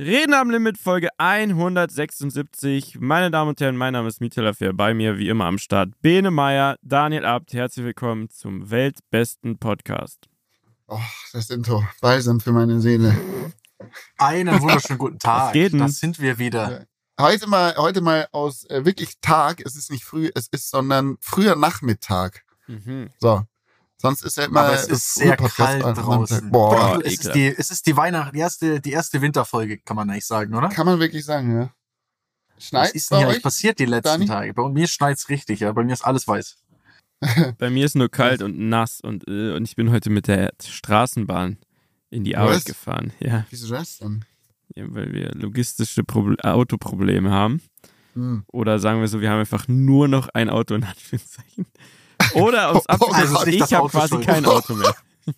Reden am Limit, Folge 176. Meine Damen und Herren, mein Name ist Michael Affair. Bei mir wie immer am Start Bene Meyer, Daniel Abt. Herzlich willkommen zum weltbesten Podcast. Oh, das Intro. Balsam für meine Seele. Einen wunderschönen guten Tag. Was geht denn? Das sind wir wieder. Heute mal aus wirklich Tag. Es ist nicht früh, sondern früher Nachmittag. So. Sonst ist ja immer. Aber es ist sehr kalt draußen. Boah, es ist die erste Winterfolge, kann man eigentlich sagen, oder? kann man wirklich sagen, ja. Schneit Was ist denn hier eigentlich passiert die letzten Dani? Tage? Bei mir schneit's richtig, ja. Bei mir ist alles weiß. Bei mir ist nur kalt und nass und ich bin heute mit der Straßenbahn in die Arbeit gefahren. Ja. Wieso das denn? Ja, weil wir logistische Autoprobleme haben. Oder sagen wir so, wir haben einfach nur noch ein Auto in Anführungszeichen. Oder ums also nicht ich das habe Auto quasi schuld. kein Auto mehr.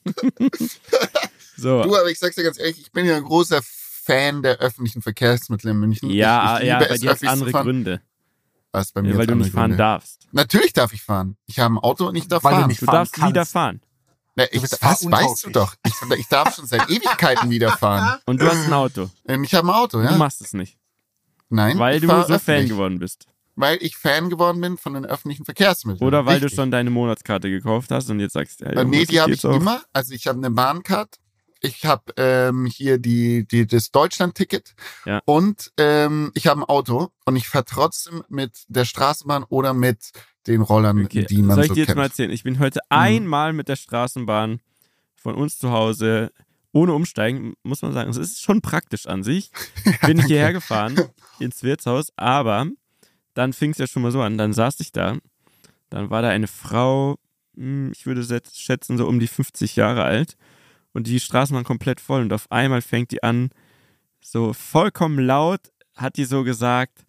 So. Du, aber ich sag's dir ganz ehrlich, ich bin ja ein großer Fan der öffentlichen Verkehrsmittel in München. Ja, ich liebe bei es, dir hat Öffis zu andere fahren. Gründe. Was bei mir Weil hat du andere nicht fahren Gründe. darfst. Natürlich darf ich fahren. Ich habe ein Auto und ich darf Weil du fahren. nicht Du fahren darfst kannst. wieder fahren. Na, Du bist das weißt du fahruntauglich. doch. Ich darf schon seit Ewigkeiten wieder fahren. Und du hast ein Auto. Ich habe ein Auto, ja. Du machst es nicht. Nein, Weil ich du fahr so Fan öffentlich. geworden bist. Weil ich Fan geworden bin von den öffentlichen Verkehrsmitteln. Oder weil Richtig. du schon deine Monatskarte gekauft hast und jetzt sagst, ja, Nee, Jungs, die habe geht's ich auch. immer. Also ich habe eine Bahncard. Ich habe hier das Deutschland-Ticket. Ja. Und ich habe ein Auto. Und ich fahre trotzdem mit der Straßenbahn oder mit den Rollern, Okay. die man Soll ich so dir jetzt kennt. mal erzählen? Ich bin heute einmal mit der Straßenbahn von uns zu Hause ohne Umsteigen, muss man sagen. Es ist schon praktisch an sich. Bin ich hierher gefahren ins Wirtshaus, aber dann fing es ja schon mal so an. Dann saß ich da, dann war da eine Frau, ich würde schätzen so um die 50 Jahre alt und die Straßenbahn komplett voll und auf einmal fängt die an, so vollkommen laut, hat die so gesagt,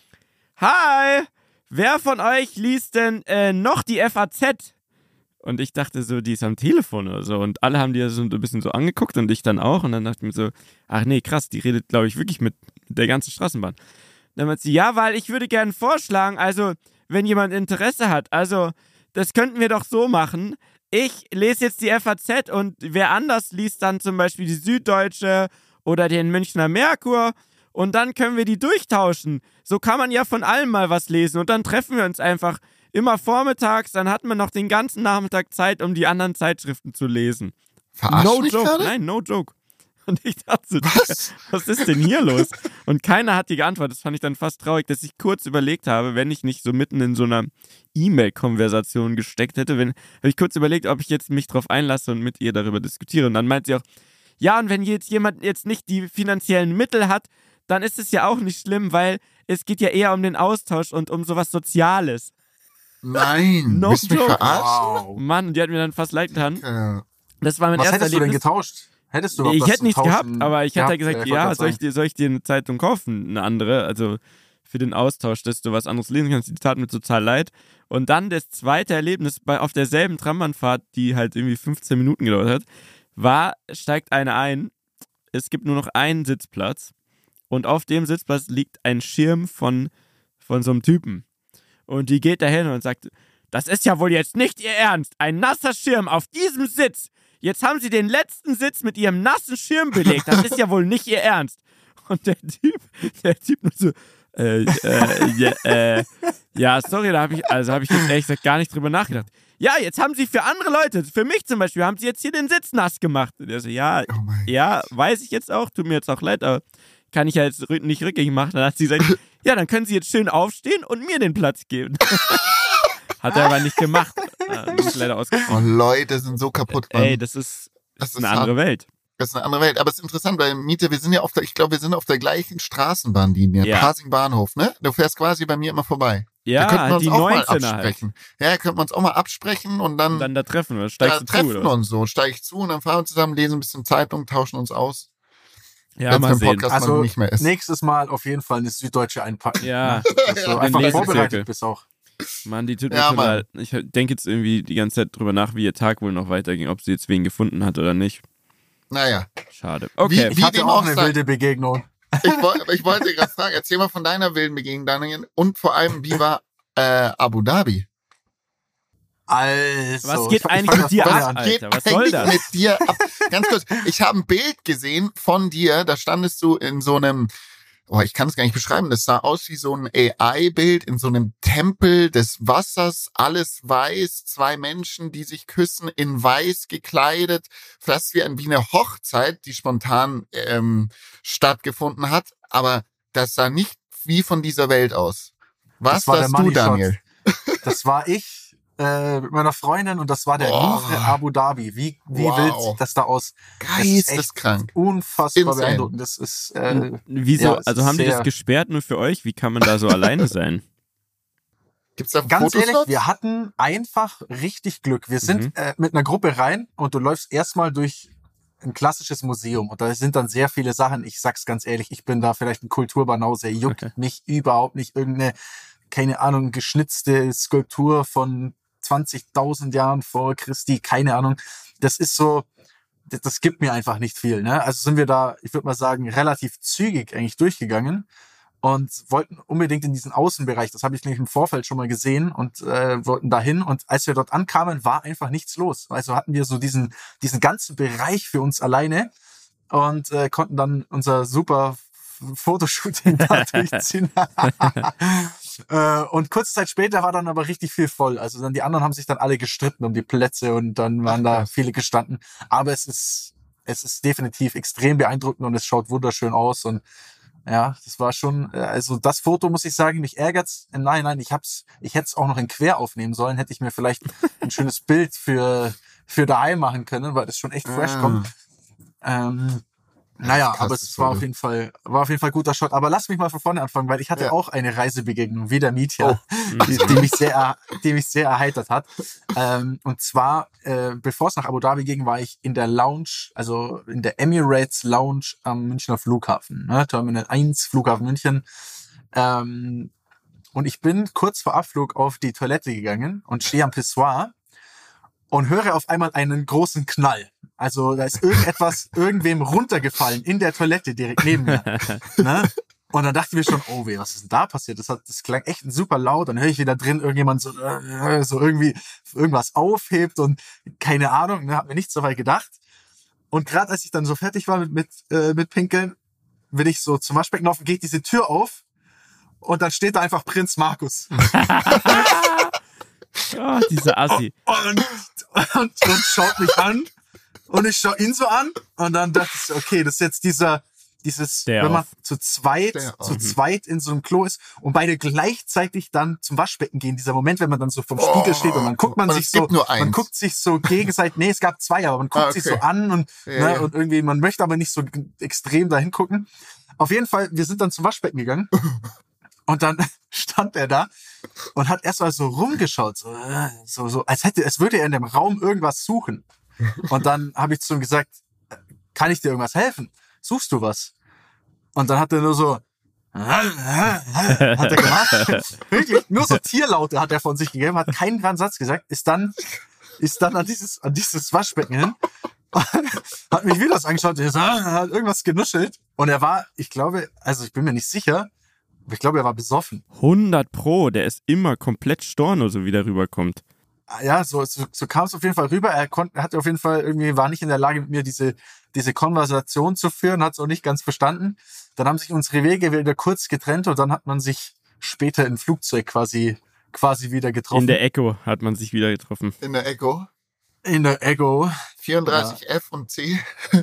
Hi, wer von euch liest denn noch die FAZ? Und ich dachte so, die ist am Telefon oder so. Und alle haben die so ein bisschen so angeguckt und ich dann auch. Und dann dachte ich mir so, ach nee, krass, die redet, glaube ich, wirklich mit der ganzen Straßenbahn. Dann meinte sie, ja, weil ich würde gerne vorschlagen, also, wenn jemand Interesse hat, also, das könnten wir doch so machen. Ich lese jetzt die FAZ und wer anders liest dann zum Beispiel die Süddeutsche oder den Münchner Merkur. Und dann können wir die durchtauschen. So kann man ja von allem mal was lesen. Und dann treffen wir uns einfach immer vormittags. Dann hat man noch den ganzen Nachmittag Zeit, um die anderen Zeitschriften zu lesen. Verarsch No mich joke. gerade? Nein, no joke. Und ich dachte so, was ist denn hier los? Und keiner hat die geantwortet. Das fand ich dann fast traurig, dass ich kurz überlegt habe, wenn ich nicht so mitten in so einer E-Mail-Konversation gesteckt hätte, habe ich kurz überlegt, ob ich jetzt mich drauf einlasse und mit ihr darüber diskutiere. Und dann meint sie auch, ja, und wenn jetzt jemand jetzt nicht die finanziellen Mittel hat, dann ist es ja auch nicht schlimm, weil es geht ja eher um den Austausch und um sowas Soziales. Nein, No willst du mich joke. verarschen? Wow. Mann, die hat mir dann fast leid getan. Ja. Das war mein Was erster hättest du denn Erlebnis. getauscht? Hättest du überhaupt Ich was hätte zum nichts Tauschen gehabt, aber ich hätte gehabt? gesagt, Ich ja, wollte grad soll ich dir eine Zeitung kaufen, eine andere, also für den Austausch, dass du was anderes lesen kannst. Die tat mir total leid. Und dann das zweite Erlebnis auf derselben Trambahnfahrt, die halt irgendwie 15 Minuten gedauert hat, steigt einer ein, es gibt nur noch einen Sitzplatz und auf dem Sitzplatz liegt ein Schirm von so einem Typen. Und die geht dahin und sagt, das ist ja wohl jetzt nicht Ihr Ernst, ein nasser Schirm auf diesem Sitz. Jetzt haben Sie den letzten Sitz mit Ihrem nassen Schirm belegt. Das ist ja wohl nicht Ihr Ernst. Und der Typ nur so, ja, sorry, da habe ich jetzt ehrlich gesagt gar nicht drüber nachgedacht. Ja, jetzt haben Sie für andere Leute, für mich zum Beispiel, haben Sie jetzt hier den Sitz nass gemacht. Und er so, ja, Oh mein ja, weiß ich jetzt auch, tut mir jetzt auch leid, aber kann ich ja jetzt nicht rückgängig machen. Dann hat sie gesagt, ja, dann können Sie jetzt schön aufstehen und mir den Platz geben. Hat er aber nicht gemacht. Das ist leider Oh, ausgesprochen. Leute sind so kaputt, Mann. Ey, das ist eine hart. andere Welt. Das ist eine andere Welt. Aber es ist interessant, weil Miete, wir sind ja ich glaube, wir sind auf der gleichen Straßenbahnlinie. Ja. Pasing Bahnhof, ne? Du fährst quasi bei mir immer vorbei. Da könnten wir Ja, uns die auch mal 19er halt. absprechen. Ja, könnten wir uns auch mal absprechen und dann, Dann da treffen wir. da Steigst du zu, treffen oder? wir uns so. Steige ich zu und dann fahren wir zusammen, lesen ein bisschen Zeitung, tauschen uns aus. Ja, Wenn's mal beim sehen. Podcast mal Also nicht mehr ist. nächstes Mal auf jeden Fall eine Süddeutsche einpacken. Ja, Dass du den einfach Lesezirkel. vorbereitet bist auch. Mann, die tut mir Ja, total Mann. leid. Ich denke jetzt irgendwie die ganze Zeit drüber nach, wie ihr Tag wohl noch weiterging, ob sie jetzt wen gefunden hat oder nicht. Naja. Schade. Okay. Ich hatte dem auch auch eine sei. wilde Begegnung. Ich wollte gerade fragen, erzähl mal von deiner wilden Begegnung, Daniel. Und vor allem, wie war Abu Dhabi? Also, Was geht ich eigentlich fang mit das dir vorne ab, an. Geht Alter? Was soll eigentlich das? mit dir ab? Ganz kurz, ich habe ein Bild gesehen von dir, da standest du in so einem, ich kann es gar nicht beschreiben, das sah aus wie so ein AI-Bild in so einem Tempel des Wassers, alles weiß, 2 Menschen, die sich küssen, in weiß gekleidet, fast wie eine Hochzeit, die spontan stattgefunden hat, aber das sah nicht wie von dieser Welt aus. Was Das war der das du, Money Shot. Daniel? Das war ich mit meiner Freundin und das war der Oh. Louvre Abu Dhabi. Wie Wow. wild sieht das da aus? Das ist echt Geisteskrank. unfassbar Insane. beeindruckend. Das ist Wieso? ja, es Also ist haben die das sehr- gesperrt nur für euch? Wie kann man da so alleine sein? Gibt's da Ganz Fotoslots? ehrlich, wir hatten einfach richtig Glück. Wir sind mit einer Gruppe rein und du läufst erstmal durch ein klassisches Museum und da sind dann sehr viele Sachen. Ich sag's ganz ehrlich, ich bin da vielleicht ein Kulturbanause, juckt mich überhaupt nicht. Irgendeine, keine Ahnung, geschnitzte Skulptur von 20.000 Jahren vor Christi, keine Ahnung. Das ist so, das gibt mir einfach nicht viel. Ne? Also sind wir da, ich würde mal sagen, relativ zügig eigentlich durchgegangen und wollten unbedingt in diesen Außenbereich. Das habe ich nämlich im Vorfeld schon mal gesehen und wollten dahin. Und als wir dort ankamen, war einfach nichts los. Also hatten wir so diesen ganzen Bereich für uns alleine und konnten dann unser super Fotoshooting da durchziehen. Und kurze Zeit später war dann aber richtig viel voll. Also dann die anderen haben sich dann alle gestritten um die Plätze und dann waren da viele gestanden. Aber es ist definitiv extrem beeindruckend und es schaut wunderschön aus und ja, das war schon, also das Foto muss ich sagen, mich ärgert's. Nein, ich hätte es auch noch in quer aufnehmen sollen, hätte ich mir vielleicht ein schönes Bild für daheim machen können, weil das schon echt fresh kommt. Naja, krass, aber das es war Foto. auf jeden Fall guter Shot. Aber lass mich mal von vorne anfangen, weil ich hatte auch eine Reisebegegnung, wie der Mietja, Oh. die mich sehr erheitert hat. Und zwar, bevor es nach Abu Dhabi ging, war ich in der Lounge, also in der Emirates Lounge am Münchner Flughafen, ne? Terminal 1, Flughafen München. Und ich bin kurz vor Abflug auf die Toilette gegangen und stehe am Pissoir und höre auf einmal einen großen Knall. Also da ist irgendwem runtergefallen in der Toilette direkt neben mir. Ne? Und dann dachte ich mir schon, oh weh, was ist denn da passiert? Das klang echt super laut. Dann höre ich wieder drin irgendjemand so irgendwie irgendwas aufhebt und keine Ahnung, ne, hab mir nichts dabei gedacht. Und gerade als ich dann so fertig war mit Pinkeln, bin ich so zum Waschbecken laufen, geht diese Tür auf und dann steht da einfach Prinz Markus. Oh, dieser Assi. Und schaut mich an und ich schaue ihn so an und dann dachte ich so, okay, das ist jetzt wenn man zu zweit in so einem Klo ist und beide gleichzeitig dann zum Waschbecken gehen, dieser Moment, wenn man dann so vom Spiegel steht und dann guckt man sich so, man guckt sich so gegenseitig, nee, es gab 2, aber man guckt sich so an und, ne, und irgendwie, man möchte aber nicht so extrem dahin gucken. Auf jeden Fall, wir sind dann zum Waschbecken gegangen. Und dann stand er da und hat erstmal so rumgeschaut, so als würde er in dem Raum irgendwas suchen. Und dann habe ich zu ihm gesagt, kann ich dir irgendwas helfen? Suchst du was? Und dann hat er nur so, hat er gemacht. Wirklich, nur so Tierlaute hat er von sich gegeben, hat keinen geraden Satz gesagt, ist dann an dieses Waschbecken hin, hat mich wieder so angeschaut, hat irgendwas genuschelt. Und er war, ich glaube, also ich bin mir nicht sicher, aber ich glaube, er war besoffen. 100 Pro, der ist immer komplett storno, so wie der rüberkommt. Ja, so kam es auf jeden Fall rüber. Er hatte auf jeden Fall war nicht in der Lage, mit mir diese Konversation zu führen, hat es auch nicht ganz verstanden. Dann haben sich unsere Wege wieder kurz getrennt und dann hat man sich später im Flugzeug quasi wieder getroffen. In der Echo hat man sich wieder getroffen. In der Echo. In der Echo. 34F und C.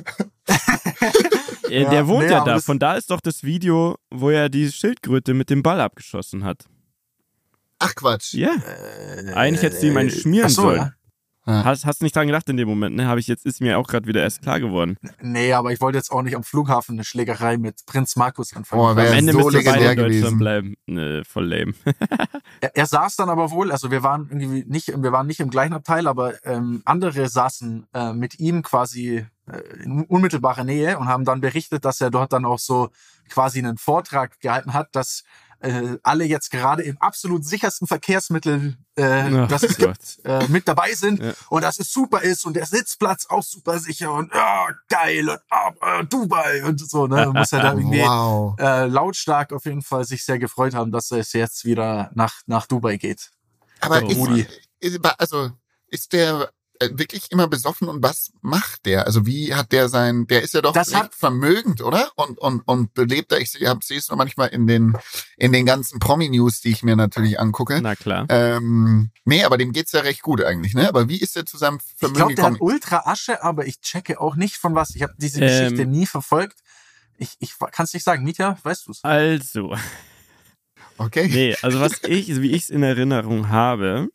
Der wohnt ja da. aber Von da ist doch das Video, wo er die Schildkröte mit dem Ball abgeschossen hat. Ach Quatsch. Ja. Eigentlich hättest du ihm einen schmieren ach so, sollen. ja. Hast nicht dran gedacht in dem Moment, ne? Ist mir auch gerade wieder erst klar geworden. Nee, aber ich wollte jetzt auch nicht am Flughafen eine Schlägerei mit Prinz Markus anfangen. Oh, Am wär Ende so müsst ihr beide legendär in Deutschland gewesen. bleiben. Ne, voll lame. Er saß dann aber wohl, also wir waren nicht im gleichen Abteil, aber andere saßen mit ihm quasi in unmittelbarer Nähe und haben dann berichtet, dass er dort dann auch so quasi einen Vortrag gehalten hat, dass alle jetzt gerade im absolut sichersten Verkehrsmittel, das es gibt, mit dabei sind und dass es super ist und der Sitzplatz auch super sicher und geil und Dubai und so. Ne? Muss er da irgendwie lautstark auf jeden Fall sich sehr gefreut haben, dass es jetzt wieder nach Dubai geht. Aber Oh, ist, Rudi. Also ist der wirklich immer besoffen und was macht der? Also wie hat der der ist ja doch recht vermögend, oder? Und belebt er, ich sehe es nur manchmal in den ganzen Promi-News, die ich mir natürlich angucke. Na klar. Nee, aber dem geht's ja recht gut eigentlich, ne? Aber wie ist der zu seinem Vermögen gekommen? Ich glaube, der hat ultra Asche, aber ich checke auch nicht von was. Ich habe diese Geschichte nie verfolgt. Ich kann es nicht sagen. Mietja, weißt du's? Also. Okay. Nee, also wie ich es in Erinnerung habe,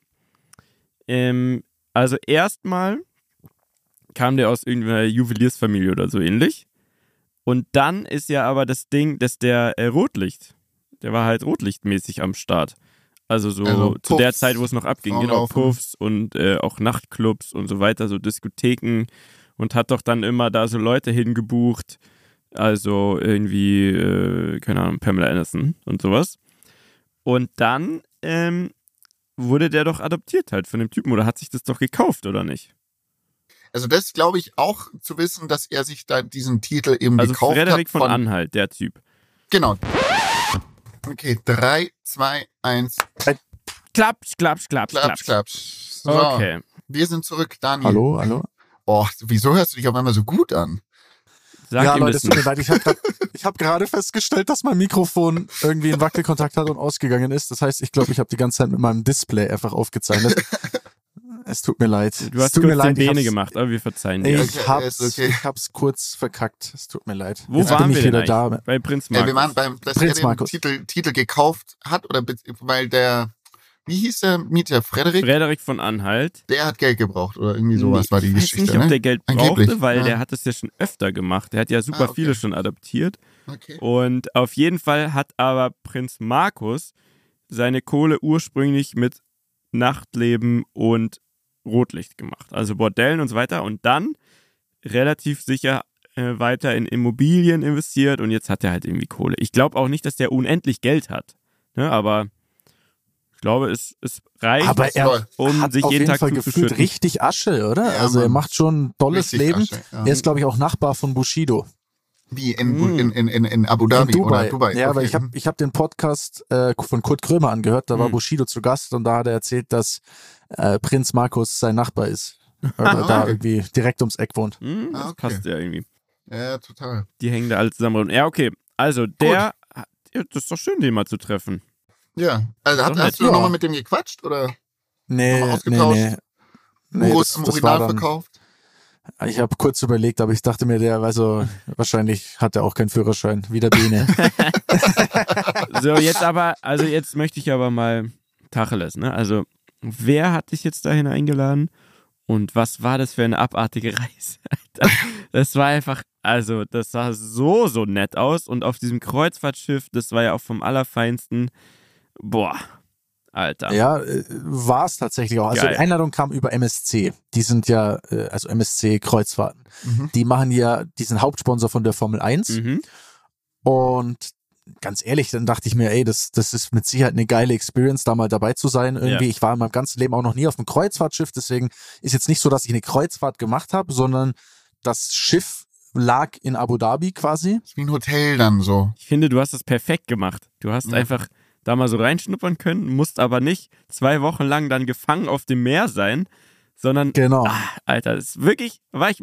also erstmal kam der aus irgendeiner Juweliersfamilie oder so ähnlich. Und dann ist ja aber das Ding, dass der Rotlicht, der war halt rotlichtmäßig am Start. Also Puffs, zu der Zeit, wo es noch abging. Genau, Puffs und auch Nachtclubs und so weiter, so Diskotheken. Und hat doch dann immer da so Leute hingebucht. Also irgendwie, keine Ahnung, Pamela Anderson und sowas. Und dann wurde der doch adoptiert halt von dem Typen oder hat sich das doch gekauft, oder nicht? Also das glaube ich auch zu wissen, dass er sich da diesen Titel eben gekauft hat. Also Frederik von Anhalt, der Typ. Genau. Okay, 3, 2, 1. Klapsch, klapsch, klapsch, klapsch. Klapsch. So, okay. Wir sind zurück, Daniel. Hallo. Oh, wieso hörst du dich auf einmal so gut an? Ja, Leute, es tut mir leid. Ich hab gerade festgestellt, dass mein Mikrofon irgendwie einen Wackelkontakt hat und ausgegangen ist. Das heißt, ich glaube, ich habe die ganze Zeit mit meinem Display einfach aufgezeichnet. Es tut mir leid. Du hast kurz den Bene gemacht, aber wir verzeihen dir. Ich hab's kurz verkackt. Es tut mir leid. Wo Jetzt waren wir denn wieder da? Bei Prinz Markus. Wir waren dass Prinz er Markus. den Titel gekauft hat, oder weil wie hieß der Mieter? Frederik von Anhalt. Der hat Geld gebraucht oder irgendwie sowas war die Geschichte. Ich weiß nicht, ob der Geld brauchte, Angeblich. weil der hat es ja schon öfter gemacht. Der hat ja super viele schon adoptiert. Okay. Und auf jeden Fall hat aber Prinz Markus seine Kohle ursprünglich mit Nachtleben und Rotlicht gemacht. Also Bordellen und so weiter. Und dann relativ sicher weiter in Immobilien investiert und jetzt hat er halt irgendwie Kohle. Ich glaube auch nicht, dass der unendlich Geld hat. Ne? Aber ich glaube, es reicht, aber er um sich jeden Tag gefühlt zuzuschütten. richtig Asche, oder? Ja, also er macht schon ein tolles Leben. Asche, ja. Er ist, glaube ich, auch Nachbar von Bushido. Wie in Abu Dhabi oder Dubai? Ja, aber okay. ich hab den Podcast von Kurt Krömer angehört, da war Bushido zu Gast und da hat er erzählt, dass Prinz Markus sein Nachbar ist. Weil er da irgendwie direkt ums Eck wohnt. Das passt ja irgendwie. Ja, total. Die hängen da alle zusammen rum. Ja, okay. Also das ist doch schön, den mal zu treffen. Ja, also hast du nochmal mit dem gequatscht oder nee, ausgetauscht? Nee, Urus im Original verkauft? Ich habe kurz überlegt, aber ich dachte mir, wahrscheinlich hat er auch keinen Führerschein, wie der Bene. So, jetzt möchte ich aber mal Tacheles, ne? Also, wer hat dich jetzt dahin eingeladen und was war das für eine abartige Reise? Alter, das war einfach, also, das sah so nett aus und auf diesem Kreuzfahrtschiff, das war ja auch vom Allerfeinsten. Boah, Alter. Ja, war es tatsächlich auch. Also Geil. die Einladung kam über MSC. Die sind ja, also MSC Kreuzfahrten. Die die sind Hauptsponsor von der Formel 1. Und ganz ehrlich, dann dachte ich mir, ey, das ist mit Sicherheit eine geile Experience, da mal dabei zu sein. Irgendwie, Ich war in meinem ganzen Leben auch noch nie auf einem Kreuzfahrtschiff, deswegen ist jetzt nicht so, dass ich eine Kreuzfahrt gemacht habe, sondern das Schiff lag in Abu Dhabi quasi. Ist wie ein Hotel dann so. Ich finde, du hast das perfekt gemacht. Du hast einfach da mal so reinschnuppern können, musst aber nicht 2 Wochen lang dann gefangen auf dem Meer sein, sondern, Alter, das ist wirklich,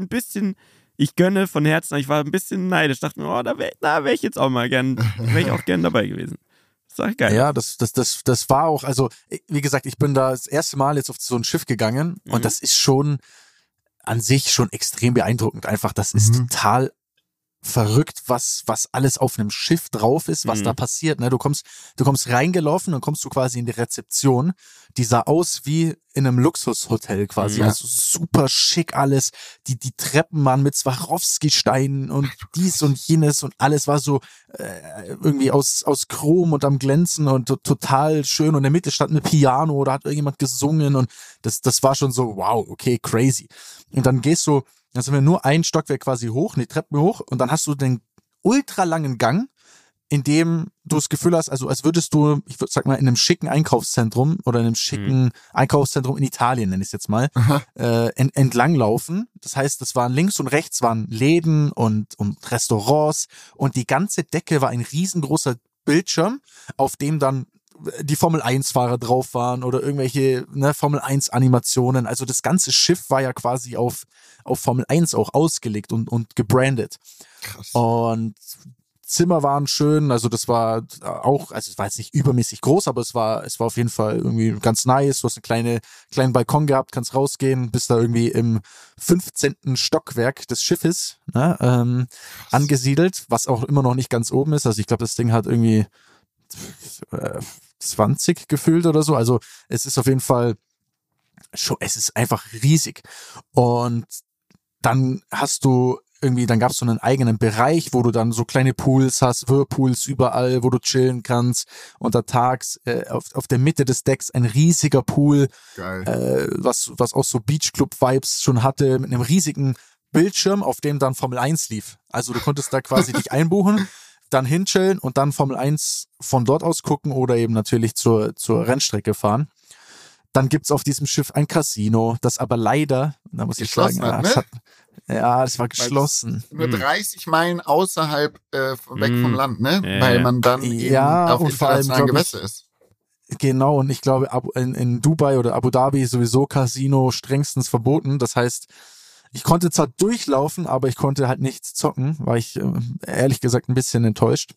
ich gönne von Herzen, ich war ein bisschen neidisch, dachte mir, da wäre ich jetzt auch mal gern dabei gewesen. Das war geil. Ja, das war auch, also, wie gesagt, ich bin da das erste Mal jetzt auf so ein Schiff gegangen und das ist schon an sich schon extrem beeindruckend. Einfach, das ist total verrückt, was alles auf einem Schiff drauf ist, was da passiert. Ne? Du kommst reingelaufen, dann kommst du quasi in die Rezeption. Die sah aus wie in einem Luxushotel quasi. Also super schick alles. Die Treppen waren mit Swarovski-Steinen und dies und jenes und alles war so irgendwie aus Chrom und am Glänzen und total schön. Und in der Mitte stand eine Piano, da hat irgendjemand gesungen und das war schon so, wow, okay, crazy. Und dann sind wir nur ein Stockwerk quasi hoch, die Treppen hoch und dann hast du den ultra langen Gang, in dem du das Gefühl hast, also als würdest du, sag mal, in einem schicken Einkaufszentrum oder in einem schicken Einkaufszentrum in Italien, nenne ich es jetzt mal, entlanglaufen. Das heißt, das waren links und rechts waren Läden und Restaurants und die ganze Decke war ein riesengroßer Bildschirm, auf dem dann die Formel-1-Fahrer drauf waren oder irgendwelche Formel-1-Animationen. Also das ganze Schiff war ja quasi auf Formel 1 auch ausgelegt und gebrandet. Krass. Und Zimmer waren schön, also das war auch, also es war jetzt nicht übermäßig groß, aber es war auf jeden Fall irgendwie ganz nice. Du hast einen kleinen Balkon gehabt, kannst rausgehen, bist da irgendwie im 15. Stockwerk des Schiffes angesiedelt, was auch immer noch nicht ganz oben ist. Also ich glaube, das Ding hat irgendwie 20 gefühlt oder so. Also es ist auf jeden Fall schon, es ist einfach riesig. Und dann dann gab es so einen eigenen Bereich, wo du dann so kleine Pools hast, Whirlpools überall, wo du chillen kannst. Untertags auf der Mitte des Decks ein riesiger Pool, was auch so Beachclub-Vibes schon hatte, mit einem riesigen Bildschirm, auf dem dann Formel 1 lief. Also du konntest da quasi dich einbuchen, dann hinchillen und dann Formel 1 von dort aus gucken oder eben natürlich zur Rennstrecke fahren. Dann gibt's auf diesem Schiff ein Casino, das aber leider, da muss ich sagen, das war geschlossen. Nur 30 Meilen außerhalb weg vom Land, ne? Weil man dann eben auf internationalen Gewässer ist. Genau, und ich glaube, in Dubai oder Abu Dhabi sowieso Casino strengstens verboten. Das heißt, ich konnte zwar durchlaufen, aber ich konnte halt nichts zocken, war ich ehrlich gesagt ein bisschen enttäuscht.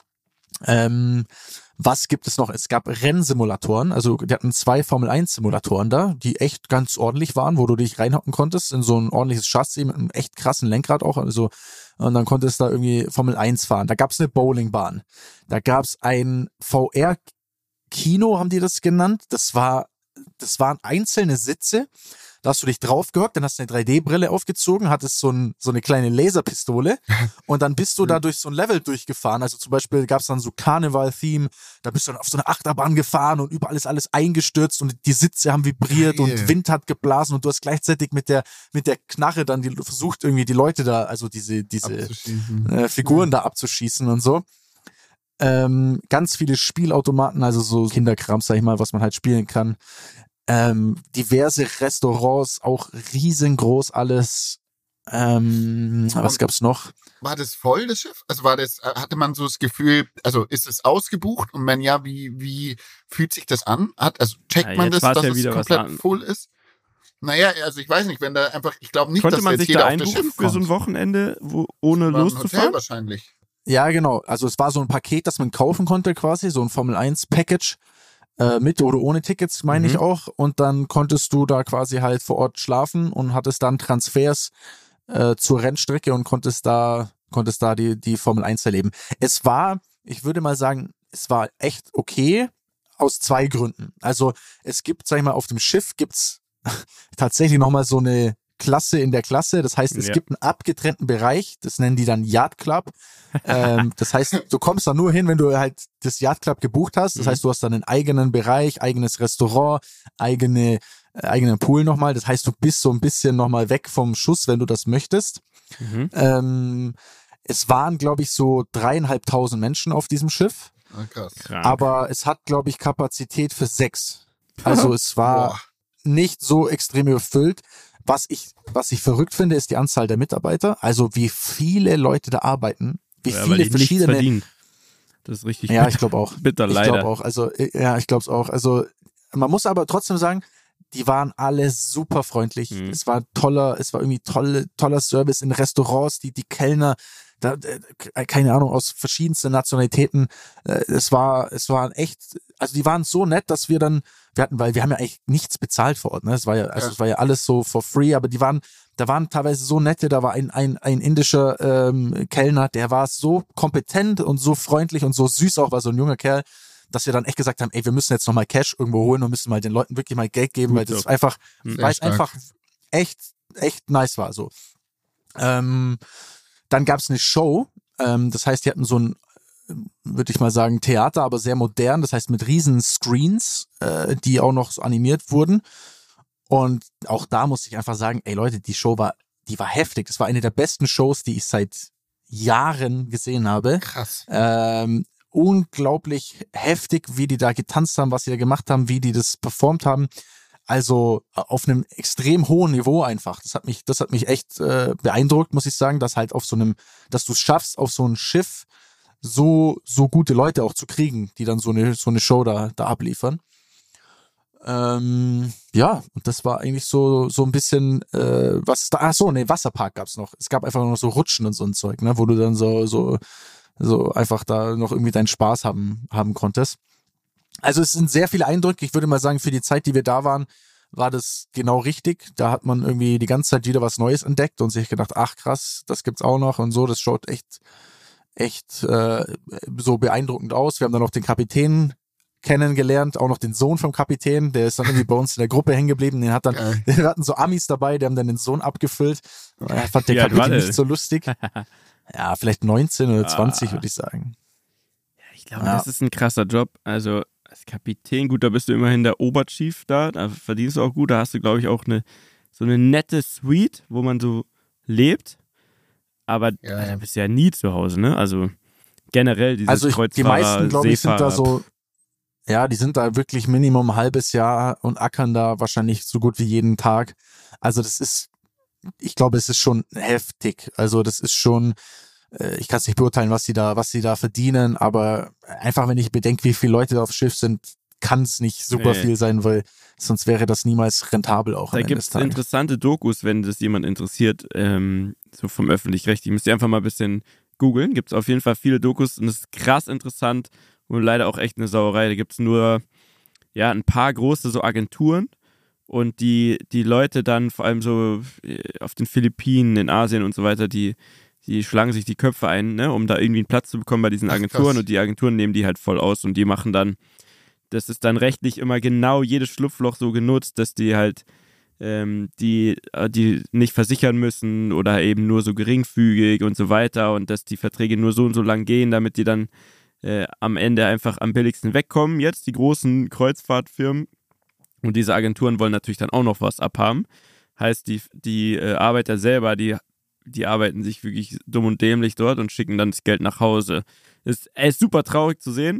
Was gibt es noch? Es gab Rennsimulatoren, also die hatten 2 Formel-1-Simulatoren da, die echt ganz ordentlich waren, wo du dich reinhocken konntest in so ein ordentliches Chassis mit einem echt krassen Lenkrad auch, also und dann konntest du da irgendwie Formel 1 fahren. Da gab es eine Bowlingbahn, da gab es ein VR-Kino, haben die das genannt. Das waren einzelne Sitze. Da hast du dich draufgehockt, dann hast du eine 3D-Brille aufgezogen, hattest so eine kleine Laserpistole und dann bist du da durch so ein Level durchgefahren. Also zum Beispiel gab es dann so Carnival-Theme, da bist du dann auf so eine Achterbahn gefahren und überall ist alles eingestürzt und die Sitze haben vibriert und Wind hat geblasen und du hast gleichzeitig mit der Knarre dann versucht irgendwie die Leute da, also diese Figuren da abzuschießen und so. Ganz viele Spielautomaten, also so Kinderkram, sag ich mal, was man halt spielen kann. Diverse Restaurants, auch riesengroß alles. Was gab's noch? War das voll, das Schiff? Also hatte man so das Gefühl, also ist es ausgebucht? Und wenn ja, wie fühlt sich das an? Checkt man das, dass es komplett voll ist? Naja, also ich weiß nicht, wenn da einfach, ich glaube nicht, dass man jetzt jeder auf das Schiff kommt. Für so ein Wochenende, ohne loszufahren? Hotel wahrscheinlich. Ja, genau. Also es war so ein Paket, das man kaufen konnte quasi, so ein Formel-1-Package. Mit oder ohne Tickets, meine ich auch. Und dann konntest du da quasi halt vor Ort schlafen und hattest dann Transfers zur Rennstrecke und konntest da die Formel 1 erleben. Es war, ich würde mal sagen, es war echt okay aus 2 Gründen. Also es gibt, sag ich mal, auf dem Schiff gibt's tatsächlich nochmal so eine Klasse in der Klasse. Das heißt, es gibt einen abgetrennten Bereich, das nennen die dann Yacht Club. Das heißt, du kommst da nur hin, wenn du halt das Yacht Club gebucht hast. Das heißt, du hast dann einen eigenen Bereich, eigenes Restaurant, eigenen Pool nochmal. Das heißt, du bist so ein bisschen nochmal weg vom Schuss, wenn du das möchtest. Es waren, glaube ich, so 3.500 Menschen auf diesem Schiff. Krass. Aber es hat, glaube ich, Kapazität für 6. Also es war nicht so extrem überfüllt. Was ich verrückt finde, ist die Anzahl der Mitarbeiter. Also wie viele Leute da arbeiten, wie viele verschiedene. Verdienen. Das ist richtig. Ja, ich glaube auch. Bitter, leider. Ich glaube auch. Also ja, ich glaube es auch. Also man muss aber trotzdem sagen, die waren alle super freundlich. Es war irgendwie toller Service in Restaurants, die Kellner, keine Ahnung, aus verschiedensten Nationalitäten. Es waren echt, also die waren so nett, dass wir haben ja eigentlich nichts bezahlt vor Ort, ne? Es war ja alles so for free, aber da waren teilweise so nette, da war ein indischer Kellner, der war so kompetent und so freundlich und so süß auch, war so ein junger Kerl, dass wir dann echt gesagt haben, ey, wir müssen jetzt nochmal Cash irgendwo holen und müssen mal den Leuten wirklich mal Geld geben, weil das einfach, weil es einfach echt nice war, so. Dann gab's eine Show, das heißt, die hatten so ein, würde ich mal sagen, Theater, aber sehr modern, das heißt mit riesen Screens, die auch noch so animiert wurden. Und auch da muss ich einfach sagen, ey Leute, die war heftig. Das war eine der besten Shows, die ich seit Jahren gesehen habe. Krass. Unglaublich heftig, wie die da getanzt haben, was sie da gemacht haben, wie die das performt haben. Also auf einem extrem hohen Niveau einfach. Das hat mich echt beeindruckt, muss ich sagen, dass halt dass du es schaffst, auf so ein Schiff so gute Leute auch zu kriegen, die dann so eine Show da abliefern. Ja, und das war eigentlich so ein bisschen, Wasserpark gab's noch. Es gab einfach noch so Rutschen und so ein Zeug, ne, wo du dann so einfach da noch irgendwie deinen Spaß haben konntest. Also es sind sehr viele Eindrücke. Ich würde mal sagen, für die Zeit, die wir da waren, war das genau richtig. Da hat man irgendwie die ganze Zeit wieder was Neues entdeckt und sich gedacht, ach krass, das gibt's auch noch und so. Das schaut echt so beeindruckend aus. Wir haben dann noch den Kapitän kennengelernt, auch noch den Sohn vom Kapitän, der ist dann irgendwie bei uns in der Gruppe hängen geblieben. Wir hatten so Amis dabei, die haben dann den Sohn abgefüllt. Er fand der Kapitän nicht so lustig. Ja, vielleicht 19 oder 20, würde ich sagen. Ja, ich glaube, das ist ein krasser Job. Also als Kapitän, gut, da bist du immerhin der Oberchief da verdienst du auch gut. Da hast du, glaube ich, auch so eine nette Suite, wo man so lebt. Aber da bist du ja nie zu Hause, ne? Also generell dieses Kreuzfahrer, die meisten, glaube ich, sind da so, ja, die sind da wirklich Minimum ein halbes Jahr und ackern da wahrscheinlich so gut wie jeden Tag. Also ich glaube, es ist schon heftig. Also das ist schon, ich kann es nicht beurteilen, was sie da verdienen, aber einfach, wenn ich bedenke, wie viele Leute da auf Schiff sind, kann es nicht super viel sein, weil sonst wäre das niemals rentabel auch. Da gibt es interessante Dokus, wenn das jemand interessiert, so vom Öffentlich-Rechtlichen. Müsst ihr einfach mal ein bisschen googeln. Gibt es auf jeden Fall viele Dokus und es ist krass interessant und leider auch echt eine Sauerei. Da gibt es nur ein paar große so Agenturen und die Leute dann vor allem so auf den Philippinen, in Asien und so weiter, die schlagen sich die Köpfe ein, ne, um da irgendwie einen Platz zu bekommen bei diesen Agenturen und die Agenturen nehmen die halt voll aus und die machen dann, das ist dann rechtlich immer genau jedes Schlupfloch so genutzt, dass die halt die nicht versichern müssen oder eben nur so geringfügig und so weiter und dass die Verträge nur so und so lang gehen, damit die dann am Ende einfach am billigsten wegkommen. Jetzt die großen Kreuzfahrtfirmen und diese Agenturen wollen natürlich dann auch noch was abhaben. Heißt, die Arbeiter selber, die arbeiten sich wirklich dumm und dämlich dort und schicken dann das Geld nach Hause. Ist super traurig zu sehen.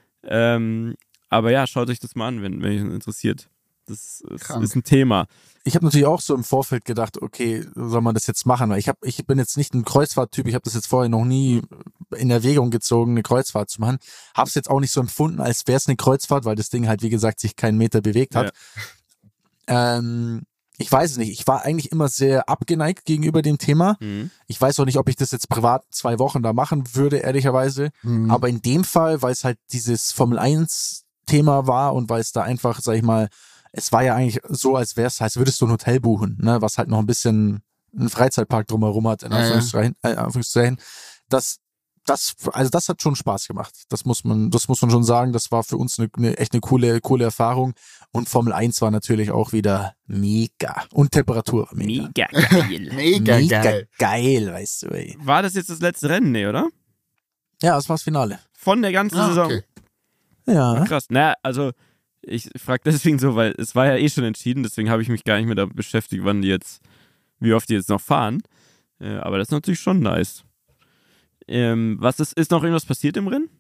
Aber ja, schaut euch das mal an, wenn euch das interessiert. Das ist ein Thema. Ich habe natürlich auch so im Vorfeld gedacht, okay, soll man das jetzt machen? Weil ich bin jetzt nicht ein Kreuzfahrttyp, ich habe das jetzt vorher noch nie in Erwägung gezogen, eine Kreuzfahrt zu machen. Habe es jetzt auch nicht so empfunden, als wäre es eine Kreuzfahrt, weil das Ding halt, wie gesagt, sich keinen Meter bewegt hat. Ja. Ich weiß es nicht. Ich war eigentlich immer sehr abgeneigt gegenüber dem Thema. Mhm. Ich weiß auch nicht, ob ich das jetzt privat 2 Wochen da machen würde, ehrlicherweise. Mhm. Aber in dem Fall, weil es halt dieses Formel-1-Thema war und weil es da einfach, sag ich mal, es war ja eigentlich so, als würdest du ein Hotel buchen, ne, was halt noch ein bisschen einen Freizeitpark drumherum hat, in Anführungszeichen. Das hat schon Spaß gemacht. Das muss man schon sagen. Das war für uns echt eine coole Erfahrung. Und Formel 1 war natürlich auch wieder mega. Und Temperatur war mega. Mega geil. mega geil, weißt du, ey. War das jetzt das letzte Rennen, nee, oder? Ja, das war das Finale. Von der ganzen Saison? Okay. Ja. Ach, krass. Naja, also ich frage deswegen so, weil es war ja eh schon entschieden, deswegen habe ich mich gar nicht mehr damit beschäftigt, wie oft die jetzt noch fahren. Aber das ist natürlich schon nice. Ist noch irgendwas passiert im Rennen?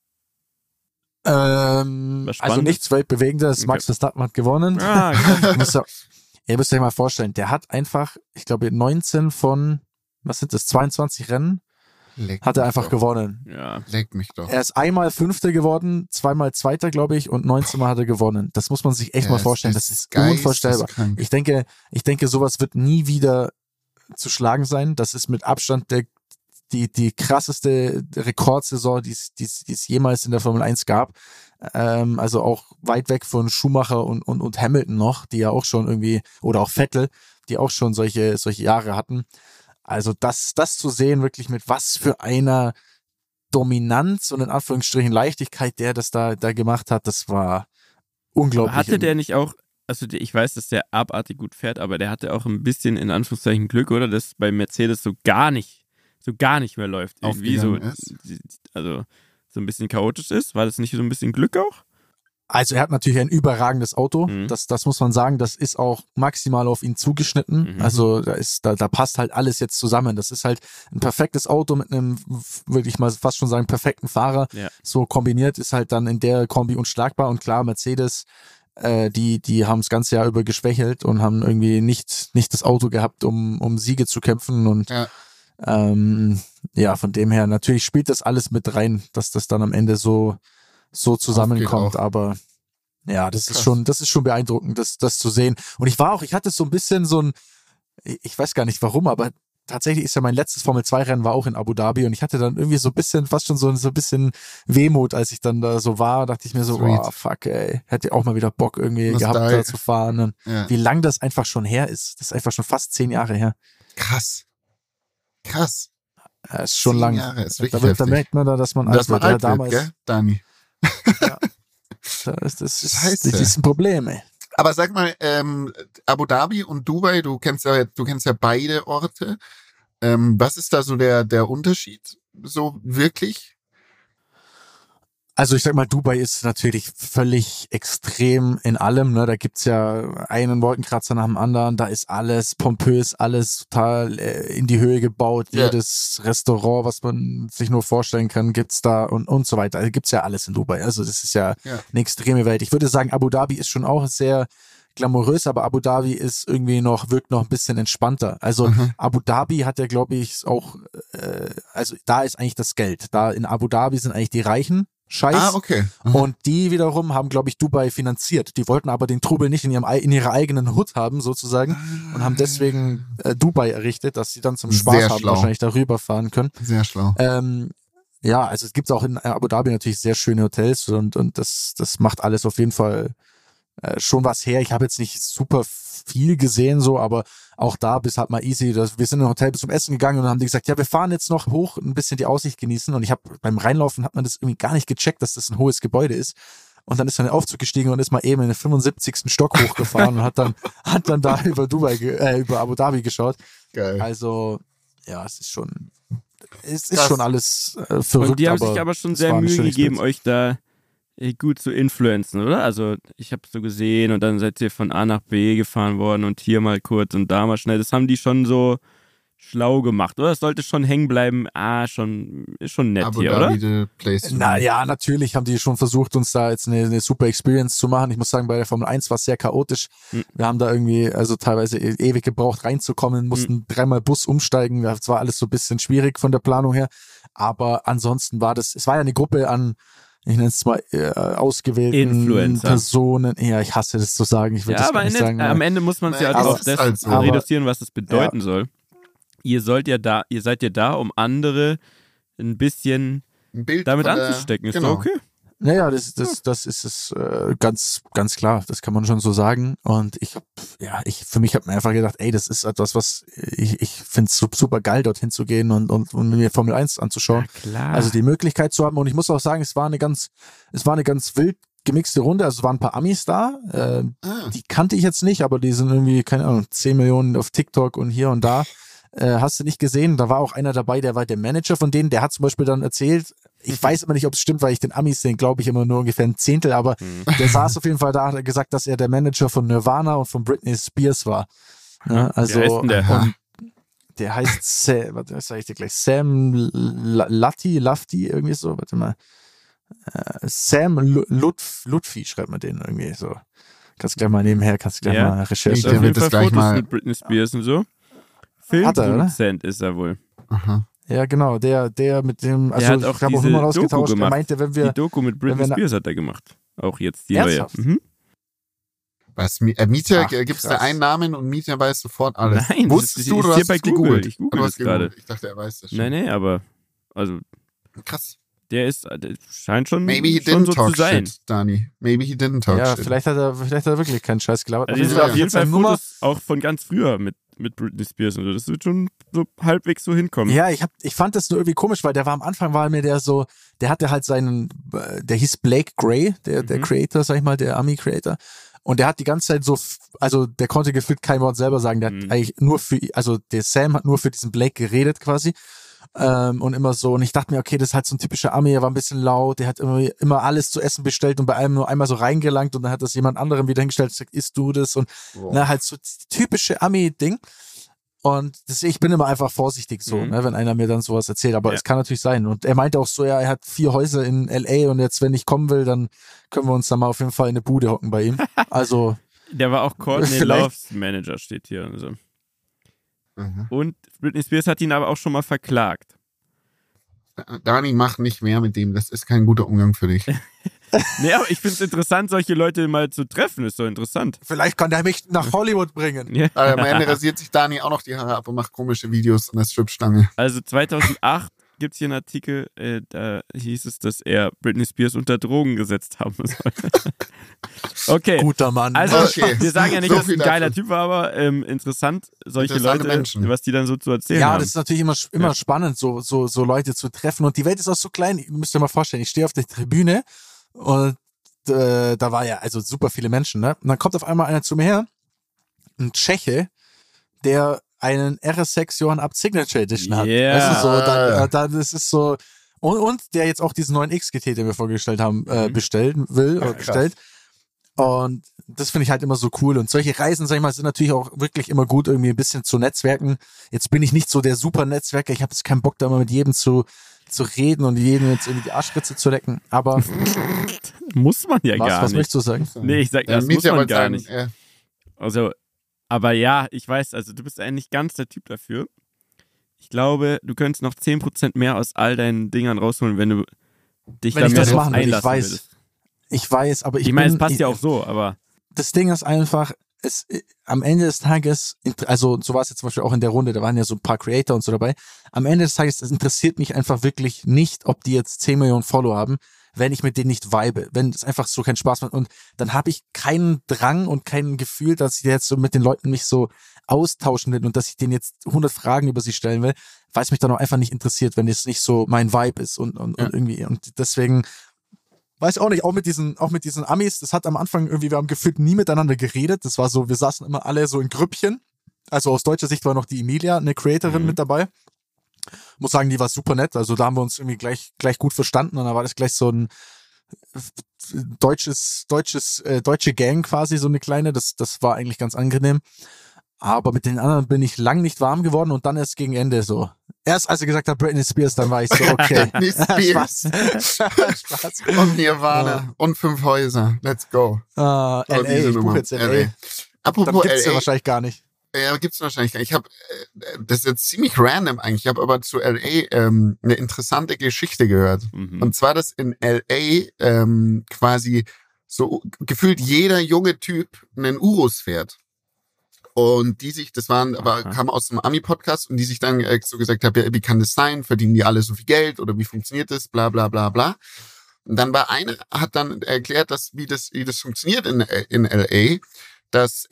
Also nichts weltbewegendes. Okay. Max Verstappen hat gewonnen. Ihr müsst euch mal vorstellen, der hat einfach, ich glaube 19 von, 22 Rennen, hat er einfach gewonnen. Ja. Leck mich doch. Er ist einmal Fünfter geworden, zweimal Zweiter, glaube ich, und 19 Mal hat er gewonnen. Das muss man sich echt mal vorstellen. Das ist unvorstellbar. Ich denke, sowas wird nie wieder zu schlagen sein. Das ist mit Abstand die krasseste Rekordsaison, die es jemals in der Formel 1 gab. Also auch weit weg von Schumacher und Hamilton noch, die ja auch schon irgendwie, oder auch Vettel, die auch schon solche Jahre hatten. Also das zu sehen, wirklich mit was für einer Dominanz und in Anführungsstrichen Leichtigkeit der das da gemacht hat, das war unglaublich. Hatte der nicht auch, also ich weiß, dass der abartig gut fährt, aber der hatte auch ein bisschen in Anführungszeichen Glück, oder? Dass bei Mercedes so gar nicht mehr läuft. Irgendwie so, also so ein bisschen chaotisch ist. War das nicht so ein bisschen Glück auch? Also er hat natürlich ein überragendes Auto, das muss man sagen, das ist auch maximal auf ihn zugeschnitten, also da passt halt alles jetzt zusammen, das ist halt ein perfektes Auto mit einem, würde ich mal fast schon sagen, perfekten Fahrer, so kombiniert ist halt dann in der Kombi unschlagbar und klar, Mercedes, die haben das ganze Jahr über geschwächelt und haben irgendwie nicht das Auto gehabt, um Siege zu kämpfen und Ja, von dem her, natürlich spielt das alles mit rein, dass das dann am Ende so zusammenkommt, aber ja, das ist schon beeindruckend, das zu sehen. Und ich hatte so ein bisschen ich weiß gar nicht warum, aber tatsächlich ist ja mein letztes Formel-2-Rennen war auch in Abu Dhabi und ich hatte dann irgendwie so ein bisschen, fast schon so ein bisschen Wehmut, als ich dann da so war, dachte ich mir so, oh, fuck, ey, hätte auch mal wieder Bock irgendwie gehabt, da zu fahren. Und wie lang das einfach schon her ist. Das ist einfach schon fast 10 Jahre her. Krass. Ja, ist schon lang. Jahre ist wirklich da merkt man da, dass man alt wird, damals, gell, Dani? Ja. Das ist ein Problem, ey. Aber sag mal, Abu Dhabi und Dubai, du kennst ja beide Orte. Was ist da so der Unterschied so wirklich? Also ich sag mal, Dubai ist natürlich völlig extrem in allem, ne? Da gibt's ja einen Wolkenkratzer nach dem anderen, da ist alles pompös, alles total in die Höhe gebaut, jedes Restaurant, was man sich nur vorstellen kann, gibt's da und so weiter. Also gibt's ja alles in Dubai. Also das ist ja eine extreme Welt. Ich würde sagen, Abu Dhabi ist schon auch sehr glamourös, aber Abu Dhabi wirkt noch ein bisschen entspannter. Also Abu Dhabi hat ja, glaube ich, auch, also da ist eigentlich das Geld. Da in Abu Dhabi sind eigentlich die Reichen. Scheiß. Okay. Und die wiederum haben, glaube ich, Dubai finanziert. Die wollten aber den Trubel nicht in ihrer eigenen Hut haben, sozusagen, und haben deswegen Dubai errichtet, dass sie dann zum Spaß haben wahrscheinlich darüber fahren können. Sehr schlau. Ja, also es gibt auch in Abu Dhabi natürlich sehr schöne Hotels und das macht alles auf jeden Fall schon was her. Ich habe jetzt nicht super viel gesehen, so, aber auch da bis halt mal easy. Wir sind in ein Hotel bis zum Essen gegangen und dann haben die gesagt, ja, wir fahren jetzt noch hoch, ein bisschen die Aussicht genießen. Und beim Reinlaufen hat man das irgendwie gar nicht gecheckt, dass das ein hohes Gebäude ist. Und dann ist man in den Aufzug gestiegen und ist mal eben in den 75. Stock hochgefahren und hat dann da über über Abu Dhabi geschaut. Geil. Also, ja, es ist schon alles verrückt. Und die haben sich aber schon sehr Mühe gegeben, euch da gut zu influenzen, oder? Also ich habe so gesehen und dann seid ihr von A nach B gefahren worden und hier mal kurz und da mal schnell. Das haben die schon so schlau gemacht, oder? Das sollte schon hängen bleiben. Ist schon nett Abu hier, Dhabi oder? Naja, natürlich haben die schon versucht, uns da jetzt eine super Experience zu machen. Ich muss sagen, bei der Formel 1 war es sehr chaotisch. Wir haben da irgendwie teilweise ewig gebraucht reinzukommen, mussten 3-mal Bus umsteigen. Das war alles so ein bisschen schwierig von der Planung her. Aber ansonsten es war ja eine Gruppe an, ich nenne es mal ausgewählten Influencer. Personen. Ja, ich hasse das zu sagen. Ich will das gar nicht sagen. Am Ende muss man es ja auf das reduzieren, was es bedeuten soll. Ihr seid ja da, um andere ein bisschen damit anzustecken. Ist doch okay. Naja, das ist es ganz, ganz klar. Das kann man schon so sagen. Und für mich hat man einfach gedacht, ey, das ist etwas, was ich finde es super geil, dorthin zu gehen und mir Formel 1 anzuschauen. Ja, klar. Also die Möglichkeit zu haben. Und ich muss auch sagen, es war eine ganz wild gemixte Runde. Also es waren ein paar Amis da. Die kannte ich jetzt nicht, aber die sind irgendwie, keine Ahnung, 10 Millionen auf TikTok und hier und da. Hast du nicht gesehen? Da war auch einer dabei, der war der Manager von denen, der hat zum Beispiel dann erzählt, ich weiß aber nicht, ob es stimmt, weil ich den Amis den glaube ich immer nur ungefähr ein Zehntel, aber der saß auf jeden Fall da, hat gesagt, dass er der Manager von Nirvana und von Britney Spears war. Ja, also, wer heißt denn der? Und der heißt was sag ich dir gleich? Sam Lafty, irgendwie so, warte mal. Sam Lutfi schreibt man den irgendwie so. Kannst du gleich mal nebenher, mal recherchieren. Der wird das gleich mal mit Britney Spears und so. Filmproduzent ist er wohl. Aha. Ja, genau, der mit dem, also ich habe auch Nummer ausgetauscht, er meinte, wenn wir... Die Doku mit Britney Spears hat er gemacht. Auch jetzt, die neue. Was, Mieter, gibt's da einen Namen und Mieter weiß sofort alles? Nein, wusstest du, du hier bei Google. Ich google das gerade. Ich dachte, er weiß das schon. Nee, aber, also... Krass. Der scheint schon, Maybe he schon didn't so talk zu sein. Shit, Dani. Maybe he didn't talk shit. Ja, vielleicht hat er wirklich keinen Scheiß gelabert. Also auf jeden Fall Fotos auch von ganz früher mit Britney Spears und so. Das wird schon so halbwegs so hinkommen. Ja, ich fand das nur irgendwie komisch, weil der hatte halt der hieß Blake Gray, der Creator, sag ich mal, der Ami-Creator. Und der hat die ganze Zeit so, also der konnte gefühlt kein Wort selber sagen. Der hat eigentlich der Sam hat nur für diesen Blake geredet quasi. Und immer so, und ich dachte mir, okay, das ist halt so ein typischer Ami, er war ein bisschen laut, der hat immer alles zu essen bestellt und bei einem nur einmal so reingelangt und dann hat das jemand anderem wieder hingestellt und gesagt, isst du das? Und halt so typische Ami-Ding. Und ich bin immer einfach vorsichtig so, wenn einer mir dann sowas erzählt, aber es kann natürlich sein. Und er meinte auch so, ja, er hat 4 Häuser in L.A. und jetzt, wenn ich kommen will, dann können wir uns da mal auf jeden Fall in eine Bude hocken bei ihm. Also. Der war auch Courtney Loves Manager, steht hier. Also. Und Britney Spears hat ihn aber auch schon mal verklagt. Dani, mach nicht mehr mit dem. Das ist kein guter Umgang für dich. Nee, aber ich finde es interessant, solche Leute mal zu treffen. Ist so interessant. Vielleicht kann der mich nach Hollywood bringen. Ja. Am Ende rasiert sich Dani auch noch die Haare ab und macht komische Videos an der Stripstange. Also 2008 gibt es hier einen Artikel, da hieß es, dass er Britney Spears unter Drogen gesetzt haben soll. Okay. Guter Mann. Also, Okay. wir sagen ja nicht, So dass es ein viel geiler dazu. Typ war, aber interessant, solche Interessante Leute, Menschen. was die dann so zu erzählen Ja, haben. das ist natürlich immer spannend, so Leute zu treffen. Und die Welt ist auch so klein. Ihr müsst euch mal vorstellen, ich stehe auf der Tribüne und da war ja also super viele Menschen, ne? Und dann kommt auf einmal einer zu mir her, ein Tscheche, der einen RS6 Johann Abt Signature Edition hat. Yeah. Das ist so, das ist so, und der jetzt auch diesen neuen XGT, den wir vorgestellt haben, bestellen will oder bestellt. Und das finde ich halt immer so cool. Und solche Reisen, sag ich mal, sind natürlich auch wirklich immer gut, irgendwie ein bisschen zu netzwerken. Jetzt bin ich nicht so der super Netzwerker. Ich habe jetzt keinen Bock, da immer mit jedem zu reden und jedem jetzt irgendwie die Arschritze zu lecken. Aber muss man ja gar was nicht. möchtest du sagen? Nee, ich sag, das muss Mietja man wollte gar sagen, nicht. Also, aber ja, ich weiß, also du bist eigentlich ganz der Typ dafür. Ich glaube, du könntest noch 10% mehr aus all deinen Dingern rausholen, wenn du dich Wenn da ich mehr das drauf machen würde, einlassen ich weiß. würdest. Ich weiß, aber Ich meine, es passt ja auch so, aber das Ding ist einfach, am Ende des Tages, also so war es jetzt zum Beispiel auch in der Runde, da waren ja so ein paar Creator und so dabei, am Ende des Tages, das interessiert mich einfach wirklich nicht, ob die jetzt 10 Millionen Follower haben, wenn ich mit denen nicht vibe, wenn es einfach so keinen Spaß macht und dann habe ich keinen Drang und kein Gefühl, dass ich jetzt so mit den Leuten mich so austauschen will und dass ich denen jetzt 100 Fragen über sie stellen will, weil es mich dann auch einfach nicht interessiert, wenn es nicht so mein Vibe ist und irgendwie und deswegen weiß auch nicht, auch mit diesen Amis, das hat am Anfang irgendwie, wir haben gefühlt nie miteinander geredet. Das war so, wir saßen immer alle so in Grüppchen. Also aus deutscher Sicht war noch die Emilia, eine Creatorin mit dabei. Muss sagen, die war super nett. Also da haben wir uns irgendwie gleich gut verstanden und da war das gleich so ein deutsche Gang quasi, so eine kleine. Das war eigentlich ganz angenehm. Aber mit den anderen bin ich lang nicht warm geworden und dann erst gegen Ende so. Erst als er gesagt hat, Britney Spears, dann war ich so, okay. Britney Spears. Spaß. Und Nirvana. Und 5 Häuser. Let's go. LA, diese ich Nummer. buche jetzt LA. Dann Apropos gibt's ja LA. wahrscheinlich gar nicht. Ja, gibt's wahrscheinlich gar nicht. Ich habe, das ist jetzt ziemlich random eigentlich. Ich habe aber zu LA eine interessante Geschichte gehört. Und zwar, dass in LA quasi so gefühlt jeder junge Typ einen Urus fährt. Und die sich, kam aus dem Ami-Podcast und die sich dann so gesagt haben, ja, wie kann das sein? Verdienen die alle so viel Geld oder wie funktioniert das? Bla bla bla bla. Und dann war eine, hat dann erklärt, wie das funktioniert in LA, dass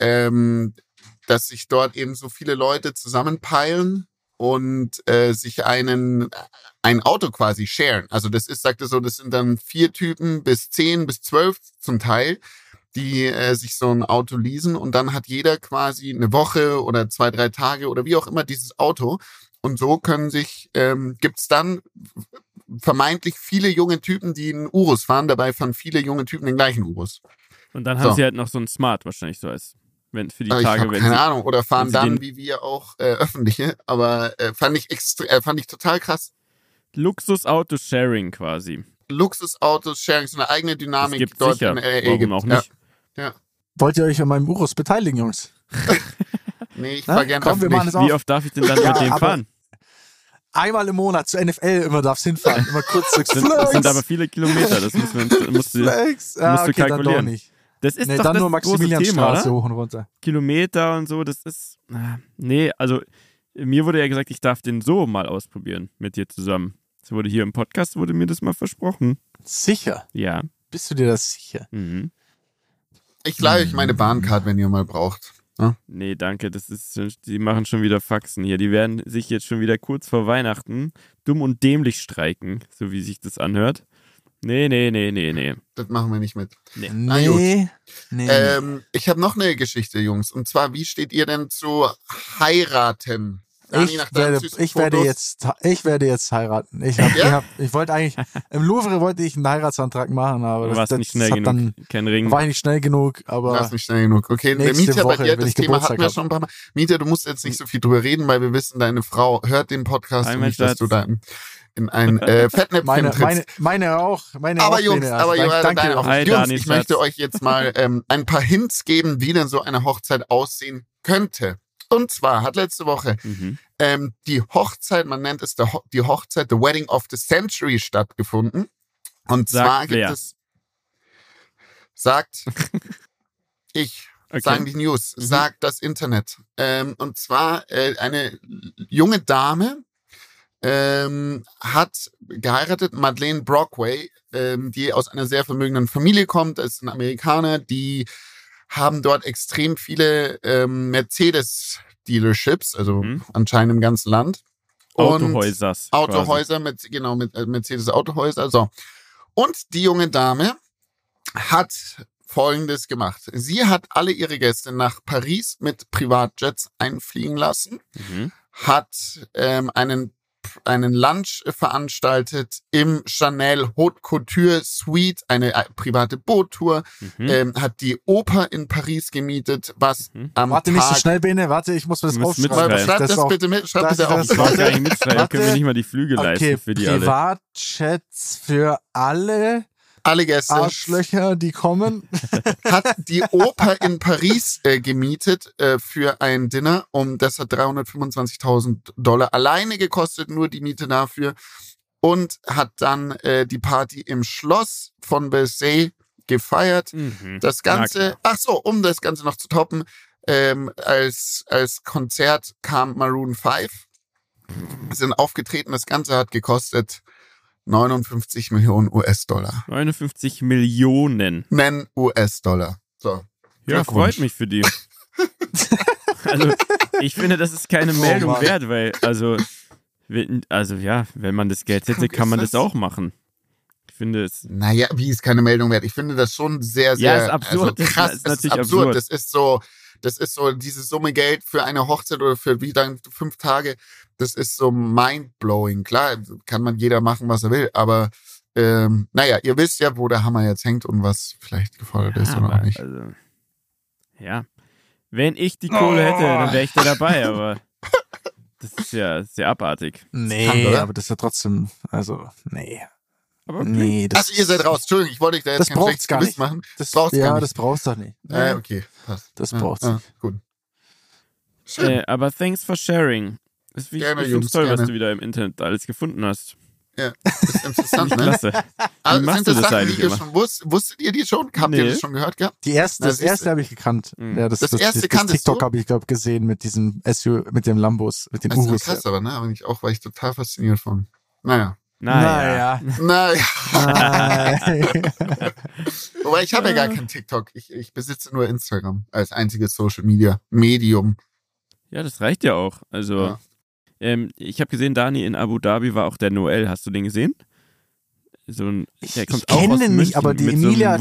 sich dort eben so viele Leute zusammenpeilen und sich ein Auto quasi sharen. Also das sind dann 4 Typen bis 10 bis 12 zum Teil, die sich so ein Auto leasen und dann hat jeder quasi eine Woche oder 2, 3 Tage oder wie auch immer dieses Auto und so gibt's dann vermeintlich viele junge Typen, die einen Urus fahren, dabei fahren viele junge Typen den gleichen Urus. Und dann haben sie halt noch so ein Smart wahrscheinlich so als für die Tage, ich habe keine Ahnung, oder fahren dann wie wir auch öffentliche, aber fand ich total krass. Luxus-Auto-Sharing quasi. Luxusautos-Sharing, so eine eigene Dynamik gibt's dort sicher. in LA Warum gibt. auch nicht? Ja. Wollt ihr euch an meinem Urus beteiligen, Jungs? Nee, ich fahr gerne Komm, wir machen öffentlich. es Wie oft darf ich denn dann mit dem fahren? Einmal im Monat zur NFL immer darfst hinfahren. Immer kurz zu Das sind aber viele Kilometer, das musst du Flex. musst du Okay, dann kalkulieren. doch nicht. Das ist Nee, doch dann das nur große Maximilianstraße Thema, oder? hoch und runter. Kilometer und so, das ist, nee, also mir wurde ja gesagt, ich darf den so mal ausprobieren mit dir zusammen. Das wurde hier im Podcast, wurde mir das mal versprochen. Sicher? Ja. Bist du dir das sicher? Mhm. Ich leihe euch meine Bahncard, wenn ihr mal braucht. Ja? Nee, danke, die machen schon wieder Faxen hier. Die werden sich jetzt schon wieder kurz vor Weihnachten dumm und dämlich streiken, so wie sich das anhört. Nee. Das machen wir nicht mit. Nee. Ich habe noch eine Geschichte, Jungs. Und zwar, wie steht ihr denn zu heiraten? Dani, nach deinen süßen Ich werde Fotos. jetzt heiraten. Ich wollte eigentlich, im Louvre wollte ich einen Heiratsantrag machen, aber Du warst nicht schnell genug. Kein Ring. War ich nicht schnell genug, Du aber warst nicht schnell genug. Okay, der nächste Mieter bei Woche, dir, wenn das ich Thema Geburtstag hatten wir hab. schon ein paar Mal. Mieter, du musst jetzt nicht so viel drüber reden, weil wir wissen, deine Frau hört den Podcast Hi, und mein nicht, dass du Schatz. da in ein Fettnäpfchen trittst. meine auch. Aber Jungs, deine auch. Hi, Jungs, Dani, ich Schatz. möchte euch jetzt mal ein paar Hints geben, wie denn so eine Hochzeit aussehen könnte. Und zwar hat letzte Woche die Hochzeit, man nennt es die Hochzeit, the Wedding of the Century stattgefunden. Und zwar gibt es, sagen die News, sagt das Internet. Und zwar eine junge Dame hat geheiratet, Madeleine Brockway, die aus einer sehr vermögenden Familie kommt. Das ist ein Amerikaner, die haben dort extrem viele Mercedes-Dealerships, also anscheinend im ganzen Land. Autohäuser mit Mercedes-Autohäuser. So. Und die junge Dame hat Folgendes gemacht. Sie hat alle ihre Gäste nach Paris mit Privatjets einfliegen lassen, hat einen Lunch veranstaltet im Chanel Haute Couture Suite, eine private Boottour, hat die Oper in Paris gemietet, was am Warte, nicht so schnell, Bene, warte, ich muss mir das aufschreiben. Schreib das bitte mit, schreib bitte auf. Können wir nicht mal die Flüge leisten für die alle. Privatjets für alle Gäste. Arschlöcher, die kommen. Hat die Oper in Paris gemietet für ein Dinner. Das hat $325.000 alleine gekostet, nur die Miete dafür. Und hat dann die Party im Schloss von Versailles gefeiert. Das Ganze, um das Ganze noch zu toppen, als Konzert kam Maroon 5. Sind aufgetreten, das Ganze hat gekostet 59 Millionen US-Dollar. 59 Millionen. US-Dollar. So. Ja, freut mich für die. Also, ich finde, das ist keine Meldung wert, weil, wenn man das Geld hätte, kann man das auch machen. Ich finde es. Naja, wie ist keine Meldung wert? Ich finde das schon sehr, sehr ist absurd. Krass. Das ist natürlich absurd. Das ist so diese Summe Geld für eine Hochzeit oder für 5 Tage. Das ist so mindblowing. Klar, kann jeder machen, was er will, aber ihr wisst ja, wo der Hammer jetzt hängt und was vielleicht gefordert ist oder auch nicht. Also, wenn ich die Kohle hätte, dann wäre ich da dabei, aber das ist ja sehr abartig. Nee, aber das ist ja trotzdem, nee. Aber nee, also ihr seid raus. Entschuldigung, ich wollte euch da jetzt kein schlechtes Gewissen machen. Das brauchst du gar nicht. Das brauchst du doch nicht. Okay, passt. Das brauchst du. Gut. Aber thanks for sharing. Ich finde es toll, was du wieder im Internet alles gefunden hast. Ja, das ist interessant, ne? Klasse. Also machst sind du das das Sachen, eigentlich die ihr immer? schon wusstet ihr die schon? Habt ihr das schon gehört gehabt? Das erste habe ich gekannt. Ja, das erste kanntest TikTok habe ich, glaube ich, gesehen mit diesem mit dem Lambos, mit den Urus. Das ist krass, aber ne? Aber auch, war ich total fasziniert von. Naja. Wobei, ich habe ja gar kein TikTok. Ich besitze nur Instagram als einziges Social Media Medium. Ja, das reicht ja auch. Also, ich habe gesehen, Dani, in Abu Dhabi war auch der Noel. Hast du den gesehen? Der kommt auch aus München, den nicht, aber die Emilia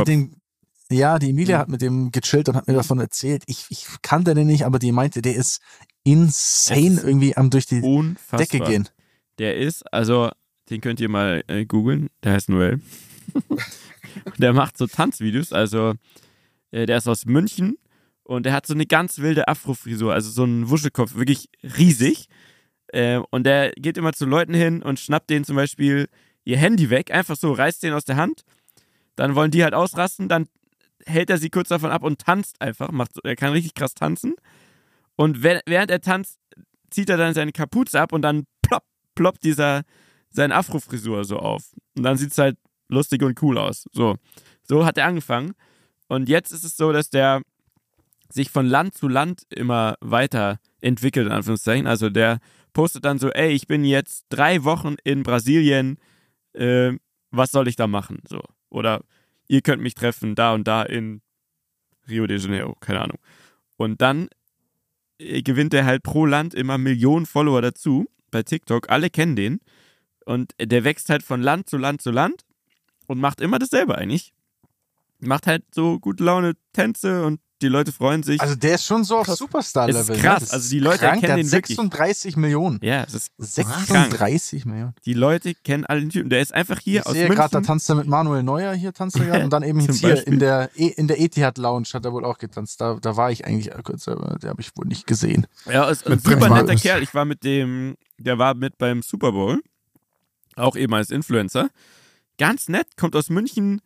hat mit dem gechillt und hat mir davon erzählt. Ich kannte den nicht, aber die meinte, der ist insane irgendwie am durch die Decke gehen. Der ist, den könnt ihr mal googeln, der heißt Noel. Der macht so Tanzvideos, der ist aus München und der hat so eine ganz wilde Afro-Frisur, also so einen Wuschelkopf, wirklich riesig. Und der geht immer zu Leuten hin und schnappt denen zum Beispiel ihr Handy weg, einfach so, reißt denen aus der Hand. Dann wollen die halt ausrasten, dann hält er sie kurz davon ab und tanzt einfach. Er kann richtig krass tanzen. Und während er tanzt, zieht er dann seine Kapuze ab und dann ploppt seine Afro-Frisur so auf. Und dann sieht es halt lustig und cool aus. So hat er angefangen. Und jetzt ist es so, dass der sich von Land zu Land immer weiter entwickelt, in Anführungszeichen. Also der postet dann so, ich bin jetzt 3 Wochen in Brasilien, was soll ich da machen? So. Oder ihr könnt mich treffen da und da in Rio de Janeiro, keine Ahnung. Und dann gewinnt er halt pro Land immer Millionen Follower dazu bei TikTok. Alle kennen den. Und der wächst halt von Land zu Land zu Land und macht immer dasselbe eigentlich. Macht halt so gute Laune Tänze und die Leute freuen sich. Also der ist schon so auf Superstar-Level. Das ist krass. Ne? Also die Leute kennen den wirklich. 36 Millionen. Ja, das ist 36 Millionen. Die Leute kennen alle den Typen. Der ist einfach hier aus München. Ich sehe gerade, da tanzt er mit Manuel Neuer hier, tanzt er und dann eben jetzt hier in der Etihad Lounge hat er wohl auch getanzt. Da war ich eigentlich kurz, aber der habe ich wohl nicht gesehen. Ja, ist ein super netter Kerl. Ich war der war mit beim Super Bowl. Auch eben als Influencer. Ganz nett, kommt aus München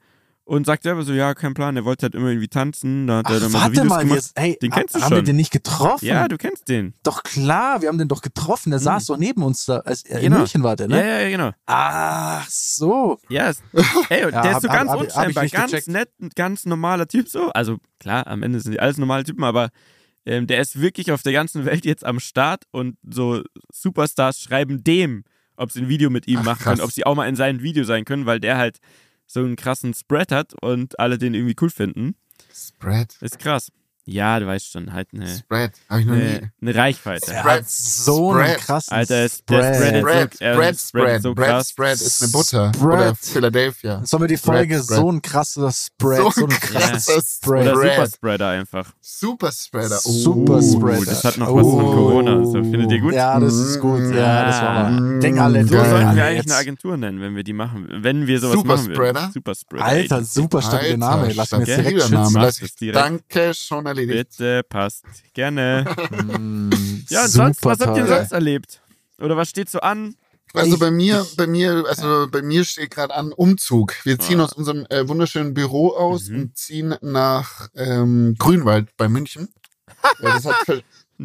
und sagt selber so, ja, kein Plan, er wollte halt immer irgendwie tanzen, da hat er dann mal so warte Videos mal, gemacht. jetzt, hey, Den kennst du haben schon. wir den nicht getroffen? Ja, du kennst den. Doch klar, wir haben den doch getroffen, der saß doch neben uns da, als er in Genau. München war der, ne? Ja, genau. Ach so. Ja, ey, und Ja, der ist so ganz hab ich unscheinbar, nicht ganz gecheckt. nett, ein ganz normaler Typ so. Also klar, am Ende sind die alles normale Typen, aber der ist wirklich auf der ganzen Welt jetzt am Start und so Superstars schreiben dem, ob sie ein Video mit ihm machen können, ob sie auch mal in seinem Video sein können, weil der halt so einen krassen Spread hat und alle den irgendwie cool finden. Spread? Ist krass. Ja, du weißt schon, halt Spread, habe ich noch nie. eine Reichweite. Er hat so einen krassen Alter, der Spread. Spread so krass. Spread ist eine Butter. Spread. Oder Philadelphia. Sollen wir die Folge Spread. so ein krasser Spread, So ein ein krasser Spread. Oder Spread. Superspreader einfach. Superspreader. Superspreader. Das hat noch was von Corona. So, findet ihr gut? Ja, das ist gut. Ja, das war mal. Denk alle, So denk sollten alle wir eigentlich jetzt. eine Agentur nennen, wenn wir die machen. Wenn wir sowas Superspreader? machen würden. Superspreader. Alter, super stabiler Name. Lass mir jetzt direkt stabiler schützen. Name. Mach Lass das ich, direkt. danke, schon erledigt. Bitte, passt. Gerne. Mm, Ja, und sonst, super was habt ihr toll. sonst erlebt? Oder was steht so an? Also bei mir steht gerade an Umzug. Wir ziehen aus unserem wunderschönen Büro aus und ziehen nach Grünwald bei München. Ja, das hat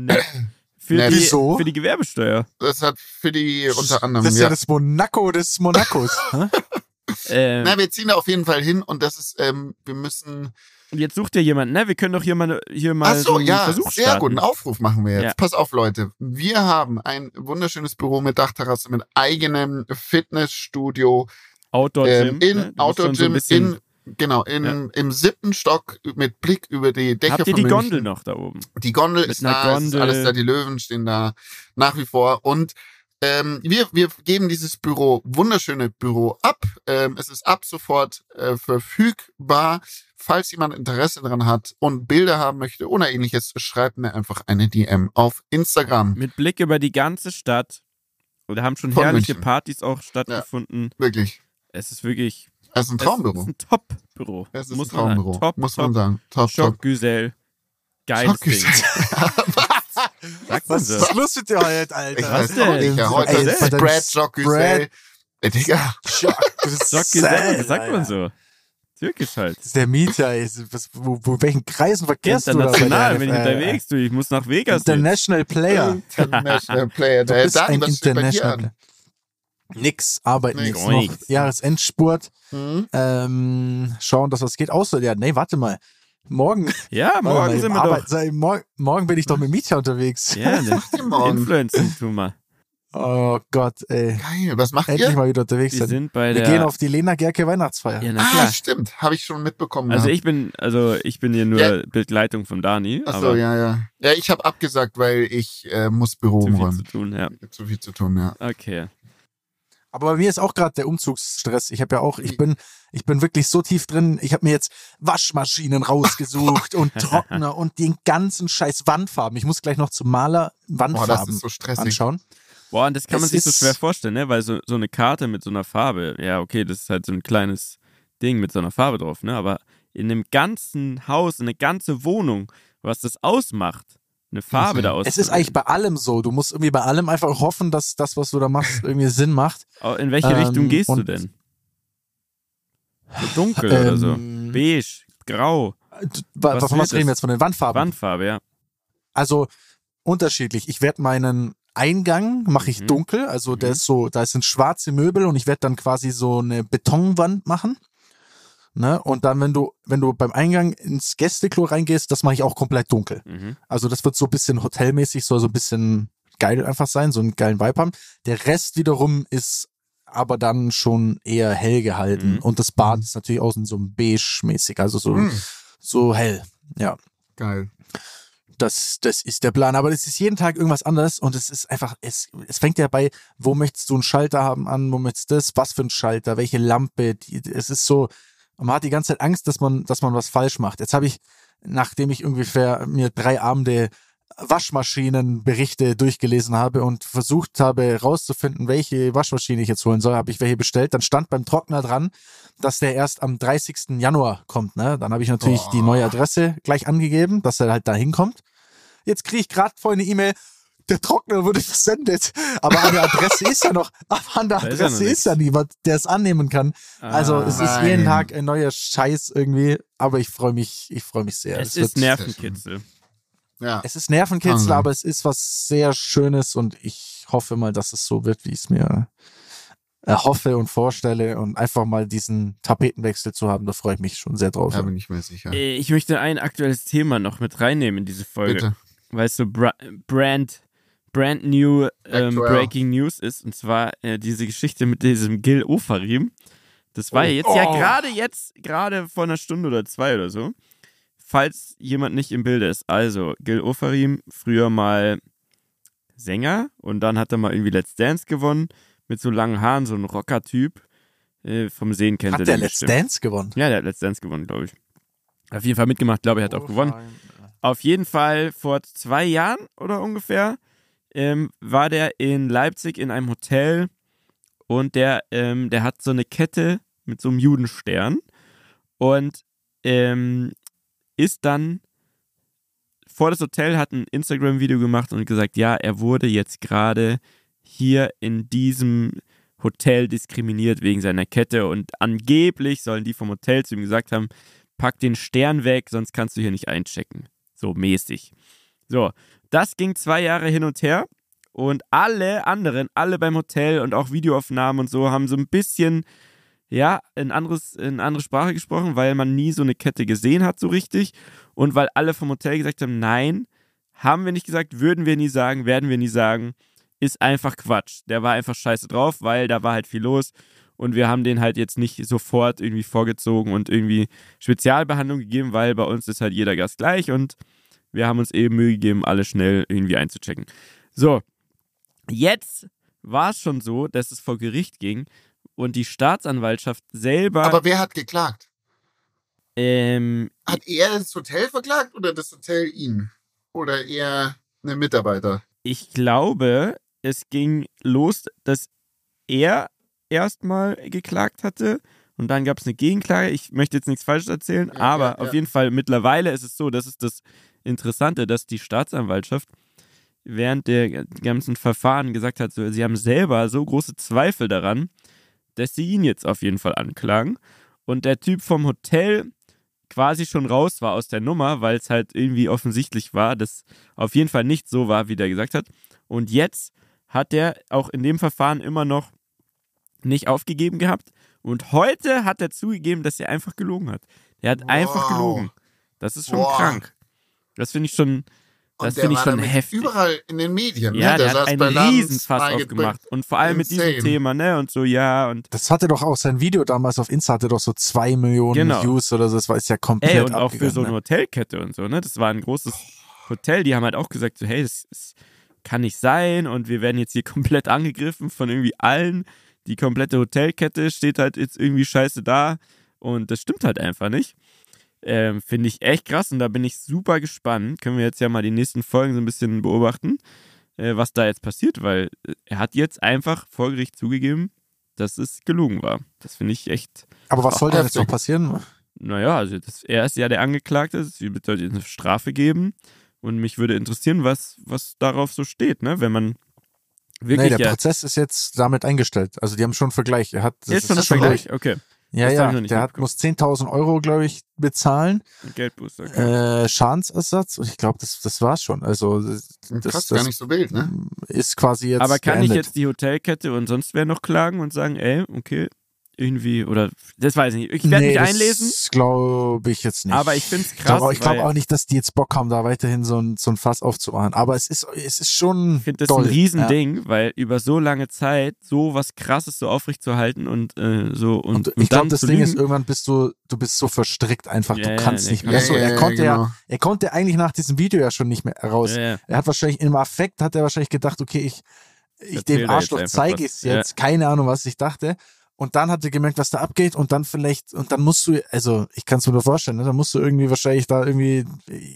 Wieso? Für die Gewerbesteuer. für die unter anderem. Das ist ja das Monaco des Monacos. Hä? Na, wir ziehen da auf jeden Fall hin und das ist, wir müssen. Und jetzt sucht ihr jemanden, ne? Wir können doch hier mal Ach so so, einen ja, Versuch sehr starten. gut. Einen Aufruf machen wir jetzt. Ja. Pass auf, Leute. Wir haben ein wunderschönes Büro mit Dachterrasse, mit eigenem Fitnessstudio. Outdoor-Gym. In ne? Du musst Outdoor-Gym, schon so ein bisschen- im 7. Stock mit Blick über die Dächer Habt ihr von die München. Gondel noch da oben? Die Gondel Mit ist einer da, es ist Gondel. alles da, die Löwen stehen da nach wie vor und wir geben dieses wunderschöne Büro ab. Es ist ab sofort verfügbar. Falls jemand Interesse daran hat und Bilder haben möchte oder ähnliches, schreibt mir einfach eine DM auf Instagram. Mit Blick über die ganze Stadt. Und da haben schon Von herrliche München. Partys auch stattgefunden. Wirklich. Es ist wirklich... Es ist ein Es Traumbüro. ist ein Top-Büro. Es ist Muss ein man sagen. Traumbüro. Top, muss top. man sagen. Top, top. Schockgüsel. Geiles Ding. Sagt man so. Was ist los mit dir heute, Alter? Ich weiß denn? auch nicht. Ja, heute Ey, ist verdammt, Spread, Jocke, Digga. Schockgüsel, sagt man so. Türkisch halt. Das ist der Mieter. Welchen Kreisen verkehrst du da? International bin ich unterwegs, du. Ich muss nach Vegas jetzt. International Player. International Player. Du bist Dani, ein was steht bei dir International an? Player. Nix, arbeiten Nix. jetzt noch. Nix. Jahresendspurt. Hm? Schauen, dass was geht. Außer, ja, nee, warte mal. Morgen. Ja, morgen sind wir doch. Morgen bin ich doch mit Mietja unterwegs. Ja, ne. Morgen. Influencing, tu mal. Oh Gott, ey. Geil, was macht Endlich ihr? mal wieder unterwegs Wir sein. sind bei Wir der... gehen auf die Lena Gerke Weihnachtsfeier. Ja, na klar. Stimmt, habe ich schon mitbekommen. Also gehabt. ich bin hier nur Ja. Begleitung von Dani. Ach aber so, ja. Ja, ich habe abgesagt, weil ich muss Büro zu viel zu umräumen. tun, ja. Zu viel zu tun, ja. Okay. Aber bei mir ist auch gerade der Umzugsstress. Ich habe ja auch, ich bin wirklich so tief drin. Ich habe mir jetzt Waschmaschinen rausgesucht und Trockner und den ganzen Scheiß Wandfarben. Ich muss gleich noch zum Maler Boah, das Wandfarben ist so stressig. anschauen. Boah, und das kann man Es sich so ist- schwer vorstellen, ne? Weil so eine Karte mit so einer Farbe, ja, okay, das ist halt so ein kleines Ding mit so einer Farbe drauf, ne? Aber in einem ganzen Haus, eine ganze Wohnung, was das ausmacht, eine Farbe da aus. Es ist eigentlich bei allem so. Du musst irgendwie bei allem einfach hoffen, dass das, was du da machst, irgendwie Sinn macht. In welche Richtung gehst du und- denn? So dunkel oder so? Beige, grau, Von was wird reden wir das? jetzt? Von den Wandfarben? Wandfarbe, ja. Also unterschiedlich. Ich werde meinen Eingang mache ich dunkel, also der ist so, da sind schwarze Möbel und ich werde dann quasi so eine Betonwand machen. Ne? Und dann, wenn du beim Eingang ins Gästeklo reingehst, das mache ich auch komplett dunkel. Mhm. Also das wird so ein bisschen hotelmäßig, soll so ein bisschen geil einfach sein, so einen geilen Vibe haben. Der Rest wiederum ist aber dann schon eher hell gehalten. Mhm. Und das Bad ist natürlich auch so ein beige-mäßig, also so hell. Ja. Geil. Das ist der Plan. Aber es ist jeden Tag irgendwas anderes und es ist einfach, es fängt ja bei, wo möchtest du einen Schalter haben an, wo möchtest du das, was für ein Schalter, welche Lampe, es ist so, man hat die ganze Zeit Angst, dass man was falsch macht. Jetzt habe ich, nachdem ich ungefähr mir 3 Abende Waschmaschinenberichte durchgelesen habe und versucht habe rauszufinden, welche Waschmaschine ich jetzt holen soll, habe ich welche bestellt. Dann stand beim Trockner dran, dass der erst am 30. Januar kommt. Ne? Dann habe ich natürlich die neue Adresse gleich angegeben, dass er halt da hinkommt. Jetzt kriege ich gerade vorhin eine E-Mail, der Trockner wurde versendet. Aber an der Adresse ist ja noch, niemand, der es annehmen kann. Also es ist jeden Tag ein neuer Scheiß irgendwie, aber ich freue mich sehr. Es ist Nervenkitzel. Ja. Es ist Nervenkitzel, aber es ist was sehr Schönes und ich hoffe mal, dass es so wird, wie ich es mir erhoffe und vorstelle und einfach mal diesen Tapetenwechsel zu haben, da freue ich mich schon sehr drauf. Da bin ich mir sicher. Ich möchte ein aktuelles Thema noch mit reinnehmen in diese Folge. Bitte. Weil es so brand new Breaking News ist. Und zwar diese Geschichte mit diesem Gil Ofarim. Das war gerade vor einer Stunde oder 2 oder so. Falls jemand nicht im Bilde ist. Also, Gil Ofarim, früher mal Sänger und dann hat er mal irgendwie Let's Dance gewonnen. Mit so langen Haaren, so ein Rocker-Typ. Vom Sehen kennt er den. Hat der Let's Dance gewonnen? Ja, der hat Let's Dance gewonnen, glaube ich. Auf jeden Fall mitgemacht, glaube ich, hat auch gewonnen. Auf jeden Fall vor 2 Jahren oder ungefähr war der in Leipzig in einem Hotel und der hat so eine Kette mit so einem Judenstern und ist dann vor das Hotel, hat ein Instagram-Video gemacht und gesagt, ja, er wurde jetzt gerade hier in diesem Hotel diskriminiert wegen seiner Kette und angeblich sollen die vom Hotel zu ihm gesagt haben, pack den Stern weg, sonst kannst du hier nicht einchecken. So mäßig. So, das ging 2 Jahre hin und her und alle anderen, alle beim Hotel und auch Videoaufnahmen und so, haben so ein bisschen, ja, in andere Sprache gesprochen, weil man nie so eine Kette gesehen hat so richtig und weil alle vom Hotel gesagt haben, nein, haben wir nicht gesagt, würden wir nie sagen, werden wir nie sagen, ist einfach Quatsch. Der war einfach scheiße drauf, weil da war halt viel los und wir haben den halt jetzt nicht sofort irgendwie vorgezogen und irgendwie Spezialbehandlung gegeben, weil bei uns ist halt jeder Gast gleich und wir haben uns eben Mühe gegeben, alle schnell irgendwie einzuchecken. So, jetzt war es schon so, dass es vor Gericht ging und die Staatsanwaltschaft selber... Aber wer hat geklagt? Hat er das Hotel verklagt oder das Hotel ihn? Oder eher eine Mitarbeiter? Ich glaube, es ging los, dass er erstmal geklagt hatte und dann gab es eine Gegenklage. Ich möchte jetzt nichts Falsches erzählen, aber auf jeden Fall mittlerweile ist es so, das ist das Interessante, dass die Staatsanwaltschaft während der ganzen Verfahren gesagt hat, so, sie haben selber so große Zweifel daran, dass sie ihn jetzt auf jeden Fall anklagen und der Typ vom Hotel quasi schon raus war aus der Nummer, weil es halt irgendwie offensichtlich war, dass auf jeden Fall nicht so war, wie der gesagt hat. Und jetzt hat der auch in dem Verfahren immer noch nicht aufgegeben gehabt. Und heute hat er zugegeben, dass er einfach gelogen hat. Der hat einfach gelogen. Das ist schon krank. Das finde ich schon, heftig. Überall in den Medien. Ja, ne? der hat einen Riesenfass aufgemacht. Und vor allem Insane. mit diesem Thema, ne? Und so, ja. Und das hatte doch auch sein Video damals auf Insta, hatte doch so 2 Millionen Views oder so. Das war ja komplett und auch für so eine Hotelkette und so, ne? Das war ein großes Hotel. Die haben halt auch gesagt, so, hey, das kann nicht sein und wir werden jetzt hier komplett angegriffen von irgendwie allen. Die komplette Hotelkette steht halt jetzt irgendwie scheiße da und das stimmt halt einfach nicht. Finde ich echt krass und da bin ich super gespannt. Können wir jetzt ja mal die nächsten Folgen so ein bisschen beobachten, was da jetzt passiert, weil er hat jetzt einfach vor Gericht zugegeben, dass es gelogen war. Das finde ich echt... Aber was soll da jetzt noch passieren? Naja, also er ist ja der Angeklagte, es wird jetzt eine Strafe geben und mich würde interessieren, was darauf so steht, ne? Wenn man wirklich... Nee, der Prozess ist jetzt damit eingestellt. Also die haben schon einen Vergleich. Ist schon ein Vergleich, okay. Ja, der muss 10.000 Euro, glaube ich, bezahlen. Geldbuße. Okay. Schadensersatz. Und ich glaube, das war's schon. Also das gar nicht so wild, ne? Ist quasi jetzt Aber kann beendet. ich jetzt die Hotelkette und sonst wer noch klagen und sagen, ey, okay, irgendwie, oder, das weiß ich nicht. Ich werde mich einlesen. Das glaube ich jetzt nicht. Aber ich finde es krass. Ich glaube auch nicht, dass die jetzt Bock haben, da weiterhin so ein Fass aufzumachen. Aber es ist schon. Ich finde das ein Riesending, weil über so lange Zeit so was Krasses so aufrechtzuerhalten und so und ich glaube, das Ding ist, irgendwann bist du bist so verstrickt einfach, du kannst nicht mehr. Er konnte eigentlich nach diesem Video ja schon nicht mehr raus. Ja. Er hat wahrscheinlich im Affekt gedacht, okay, ich dem Arschloch zeige es jetzt. Ja. Keine Ahnung, was ich dachte. Und dann hat er gemerkt, was da abgeht und dann musst du, also ich kann es mir nur vorstellen, ne, dann musst du irgendwie wahrscheinlich da irgendwie,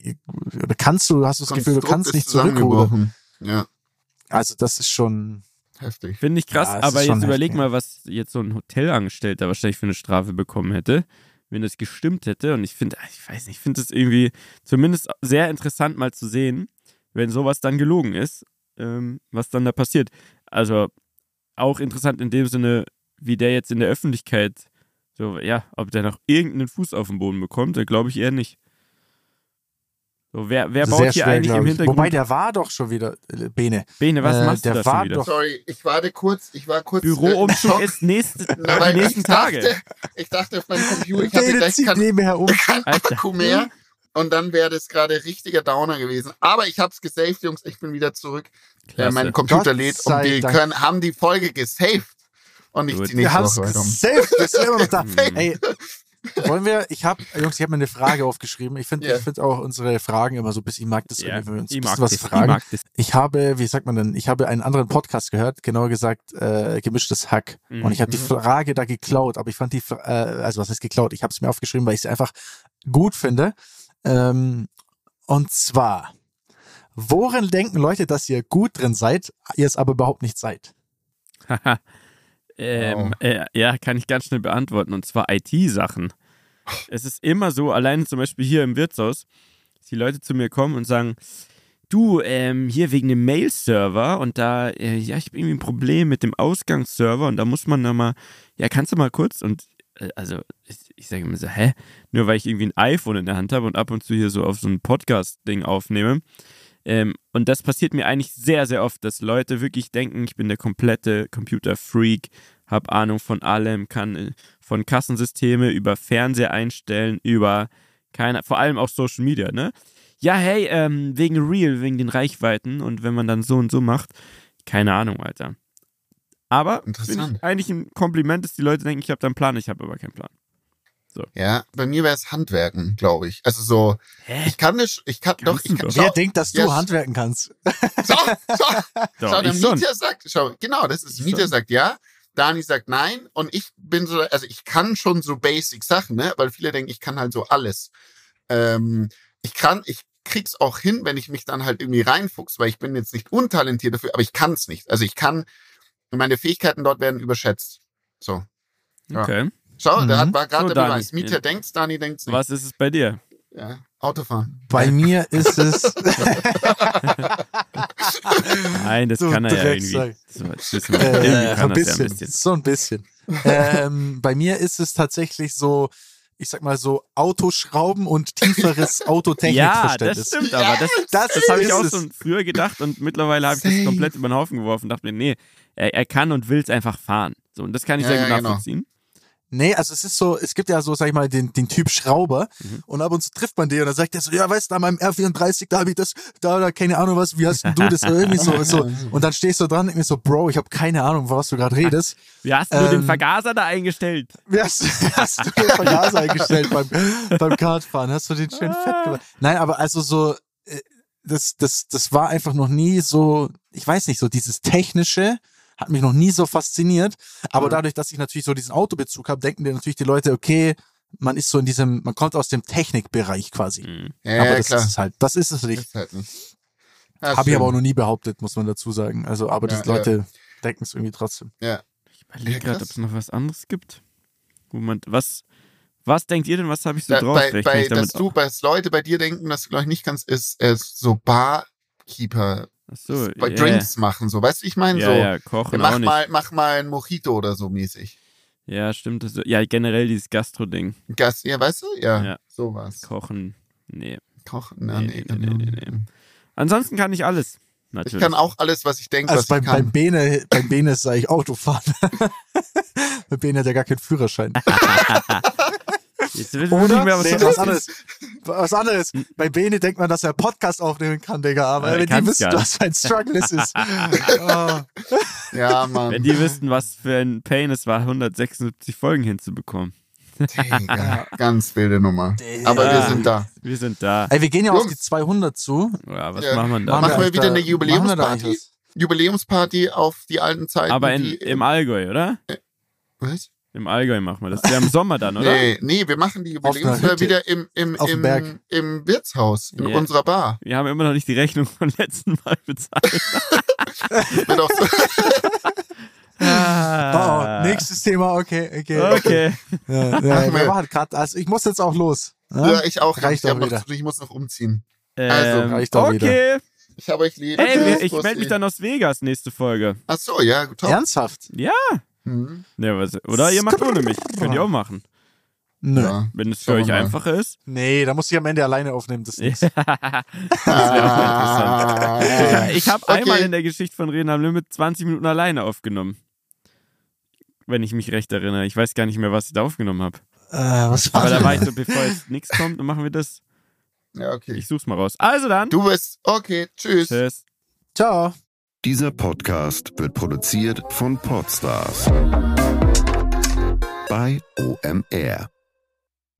oder hast du das Gefühl, du kannst nicht zurückrudern. Ja. Also das ist schon heftig. Finde ich krass, aber jetzt überleg mal, was jetzt so ein Hotelangestellter wahrscheinlich für eine Strafe bekommen hätte, wenn das gestimmt hätte. Und ich finde das irgendwie zumindest sehr interessant mal zu sehen, wenn sowas dann gelogen ist. was dann da passiert. Also auch interessant in dem Sinne, wie der jetzt in der Öffentlichkeit, so, ja, ob der noch irgendeinen Fuß auf den Boden bekommt, glaube ich eher nicht. So, wer baut hier eigentlich im Hintergrund? Wobei, der war doch schon wieder, Bene. Bene, was machst du da schon wieder? Sorry, ich war kurz. Büroumzug ist die nächsten Tage. Ich dachte auf meinem Computer, ich hatte gleich kein Akku mehr. Und dann wäre das gerade richtiger Downer gewesen. Aber ich hab's gesaved, Jungs, ich bin wieder zurück. Mein Computer lädt und wir haben die Folge gesaved. Und ich ziehe nächste Woche weiter um. Safe, das ist immer noch da. Ey, ich habe mir eine Frage aufgeschrieben. Ich finde auch unsere Fragen immer so ein bisschen, ich mag das irgendwie, wenn wir uns ein bisschen was fragen. Ich habe einen anderen Podcast gehört, genauer gesagt, Gemischtes Hack. Und ich habe die Frage da geklaut, aber ich fand was heißt geklaut? Ich habe es mir aufgeschrieben, weil ich es einfach gut finde. Und zwar, worin denken Leute, dass ihr gut drin seid, ihr es aber überhaupt nicht seid? Ja, kann ich ganz schnell beantworten, und zwar IT-Sachen. Es ist immer so, allein zum Beispiel hier im Wirtshaus, dass die Leute zu mir kommen und sagen, du, hier wegen dem Mail-Server und da, ich habe irgendwie ein Problem mit dem Ausgangsserver und da muss man nochmal, kannst du mal kurz? Und also ich sage immer so, nur weil ich irgendwie ein iPhone in der Hand habe und ab und zu hier so auf so ein Podcast-Ding aufnehme. Und das passiert mir eigentlich sehr, sehr oft, dass Leute wirklich denken, ich bin der komplette Computer-Freak, habe Ahnung von allem, kann von Kassensysteme über Fernseher einstellen, über vor allem auch Social Media, ne? Ja, hey, wegen Reel, wegen den Reichweiten und wenn man dann so und so macht, keine Ahnung, Alter. Aber eigentlich ein Kompliment, dass die Leute denken, ich habe da einen Plan, ich habe aber keinen Plan. So. Ja, bei mir wäre es Handwerken, glaube ich. Also so, Wer denkt, dass du Handwerken kannst? Schau, der Mieter sagt, Mieter sagt ja, Dani sagt nein und ich bin so, also ich kann schon so basic Sachen, ne, weil viele denken, ich kann halt so alles. Ich krieg's auch hin, wenn ich mich dann halt irgendwie reinfuchs, weil ich bin jetzt nicht untalentiert dafür, aber ich kann's nicht. Also meine Fähigkeiten dort werden überschätzt. So. Ja. Okay. Schau, war gerade der Beweis. Mieter denkt's, Dani denkt's nicht. Was ist es bei dir? Ja, Autofahren. Bei mir ist es... Nein, das kann er ja irgendwie. So ein bisschen. Bei mir ist es tatsächlich so, ich sag mal so, Autoschrauben und tieferes Autotechnikverständnis. Ja, das stimmt, aber das habe ich auch schon früher gedacht und mittlerweile habe ich das komplett über den Haufen geworfen und dachte mir, nee, er kann und will es einfach fahren. So, und das kann ich sehr gut nachvollziehen. Nee, also es ist so, es gibt ja so, sag ich mal, den Typ Schrauber und ab und zu trifft man den und dann sagt er so, ja, weißt du, an meinem R34, da habe ich das, da, keine Ahnung was, wie hast denn du das irgendwie so. Und dann stehst du dran und denk mir so, Bro, ich habe keine Ahnung, was du gerade redest. Wie hast du den Vergaser da eingestellt? Wie hast du den Vergaser eingestellt beim Kartfahren? Hast du den schön fett gemacht? Nein, aber also so, das war einfach noch nie so, ich weiß nicht, so dieses Technische, hat mich noch nie so fasziniert, aber dadurch, dass ich natürlich so diesen Autobezug habe, denken dir natürlich die Leute, okay, man ist so man kommt aus dem Technikbereich quasi. Ja, aber das ist es nicht. Habe ich aber auch noch nie behauptet, muss man dazu sagen. Also, aber die Leute denken es irgendwie trotzdem. Ja. Ich überlege gerade, ob es noch was anderes gibt. Was denkt ihr denn, was habe ich so drauf? Dass Leute bei dir denken, dass du glaube ich nicht kannst, ist so Barkeeper. So, bei Drinks machen, so, weißt du, ich meine, kochen mach mal ein Mojito oder so mäßig. Ja, stimmt. Ja, generell dieses Gastro-Ding. Ja, weißt du? Ja. Sowas. Kochen, nee. Nee. Ansonsten kann ich alles, natürlich. Ich kann auch alles, was ich denke, also was ich kann. Beim Bene sage ich Autofahren. Bei Bene hat ja gar keinen Führerschein. Oder? Was anderes. Bei Bene denkt man, dass er Podcast aufnehmen kann, Digga. Aber wenn die wissen, was für ein Struggle es ist. Ja, Mann. Wenn die wüssten, was für ein Pain es war, 176 Folgen hinzubekommen. Digga, ganz wilde Nummer. Aber wir sind da. Ey, wir gehen ja auf die 200 zu. Ja, was machen wir da? Machen wir wieder eine Jubiläumsparty? Jubiläumsparty auf die alten Zeiten. Aber im Allgäu, oder? Was? Im Allgäu machen wir das. Wir haben im Sommer dann, oder? Nee, wir machen die Jubiläumsfeier wieder im Wirtshaus, in unserer Bar. Wir haben immer noch nicht die Rechnung vom letzten Mal bezahlt. Wird auch so. Nächstes Thema, okay. Also ich muss jetzt auch los. Ja, ich auch. Reicht auch wieder. Ich muss noch umziehen. Reicht auch wieder. Ich habe euch lieb. Ey, ich melde mich dann aus Vegas nächste Folge. Ach so, ja, top. Ernsthaft? Ja. Ja, oder ihr macht ohne mich. Könnt ihr auch machen. Nö. Ja. Wenn es für euch einfacher ist. Nee, da muss ich am Ende alleine aufnehmen. Das ist das wäre auch interessant. Ich habe einmal in der Geschichte von Reden am Limit 20 Minuten alleine aufgenommen. Wenn ich mich recht erinnere. Ich weiß gar nicht mehr, was ich da aufgenommen habe. Was war Aber da war ich so, bevor jetzt nichts kommt, dann machen wir das. Ja, okay. Ich such's mal raus. Also dann. Du bist, okay, tschüss. Tschüss. Ciao. Dieser Podcast wird produziert von Podstars bei OMR.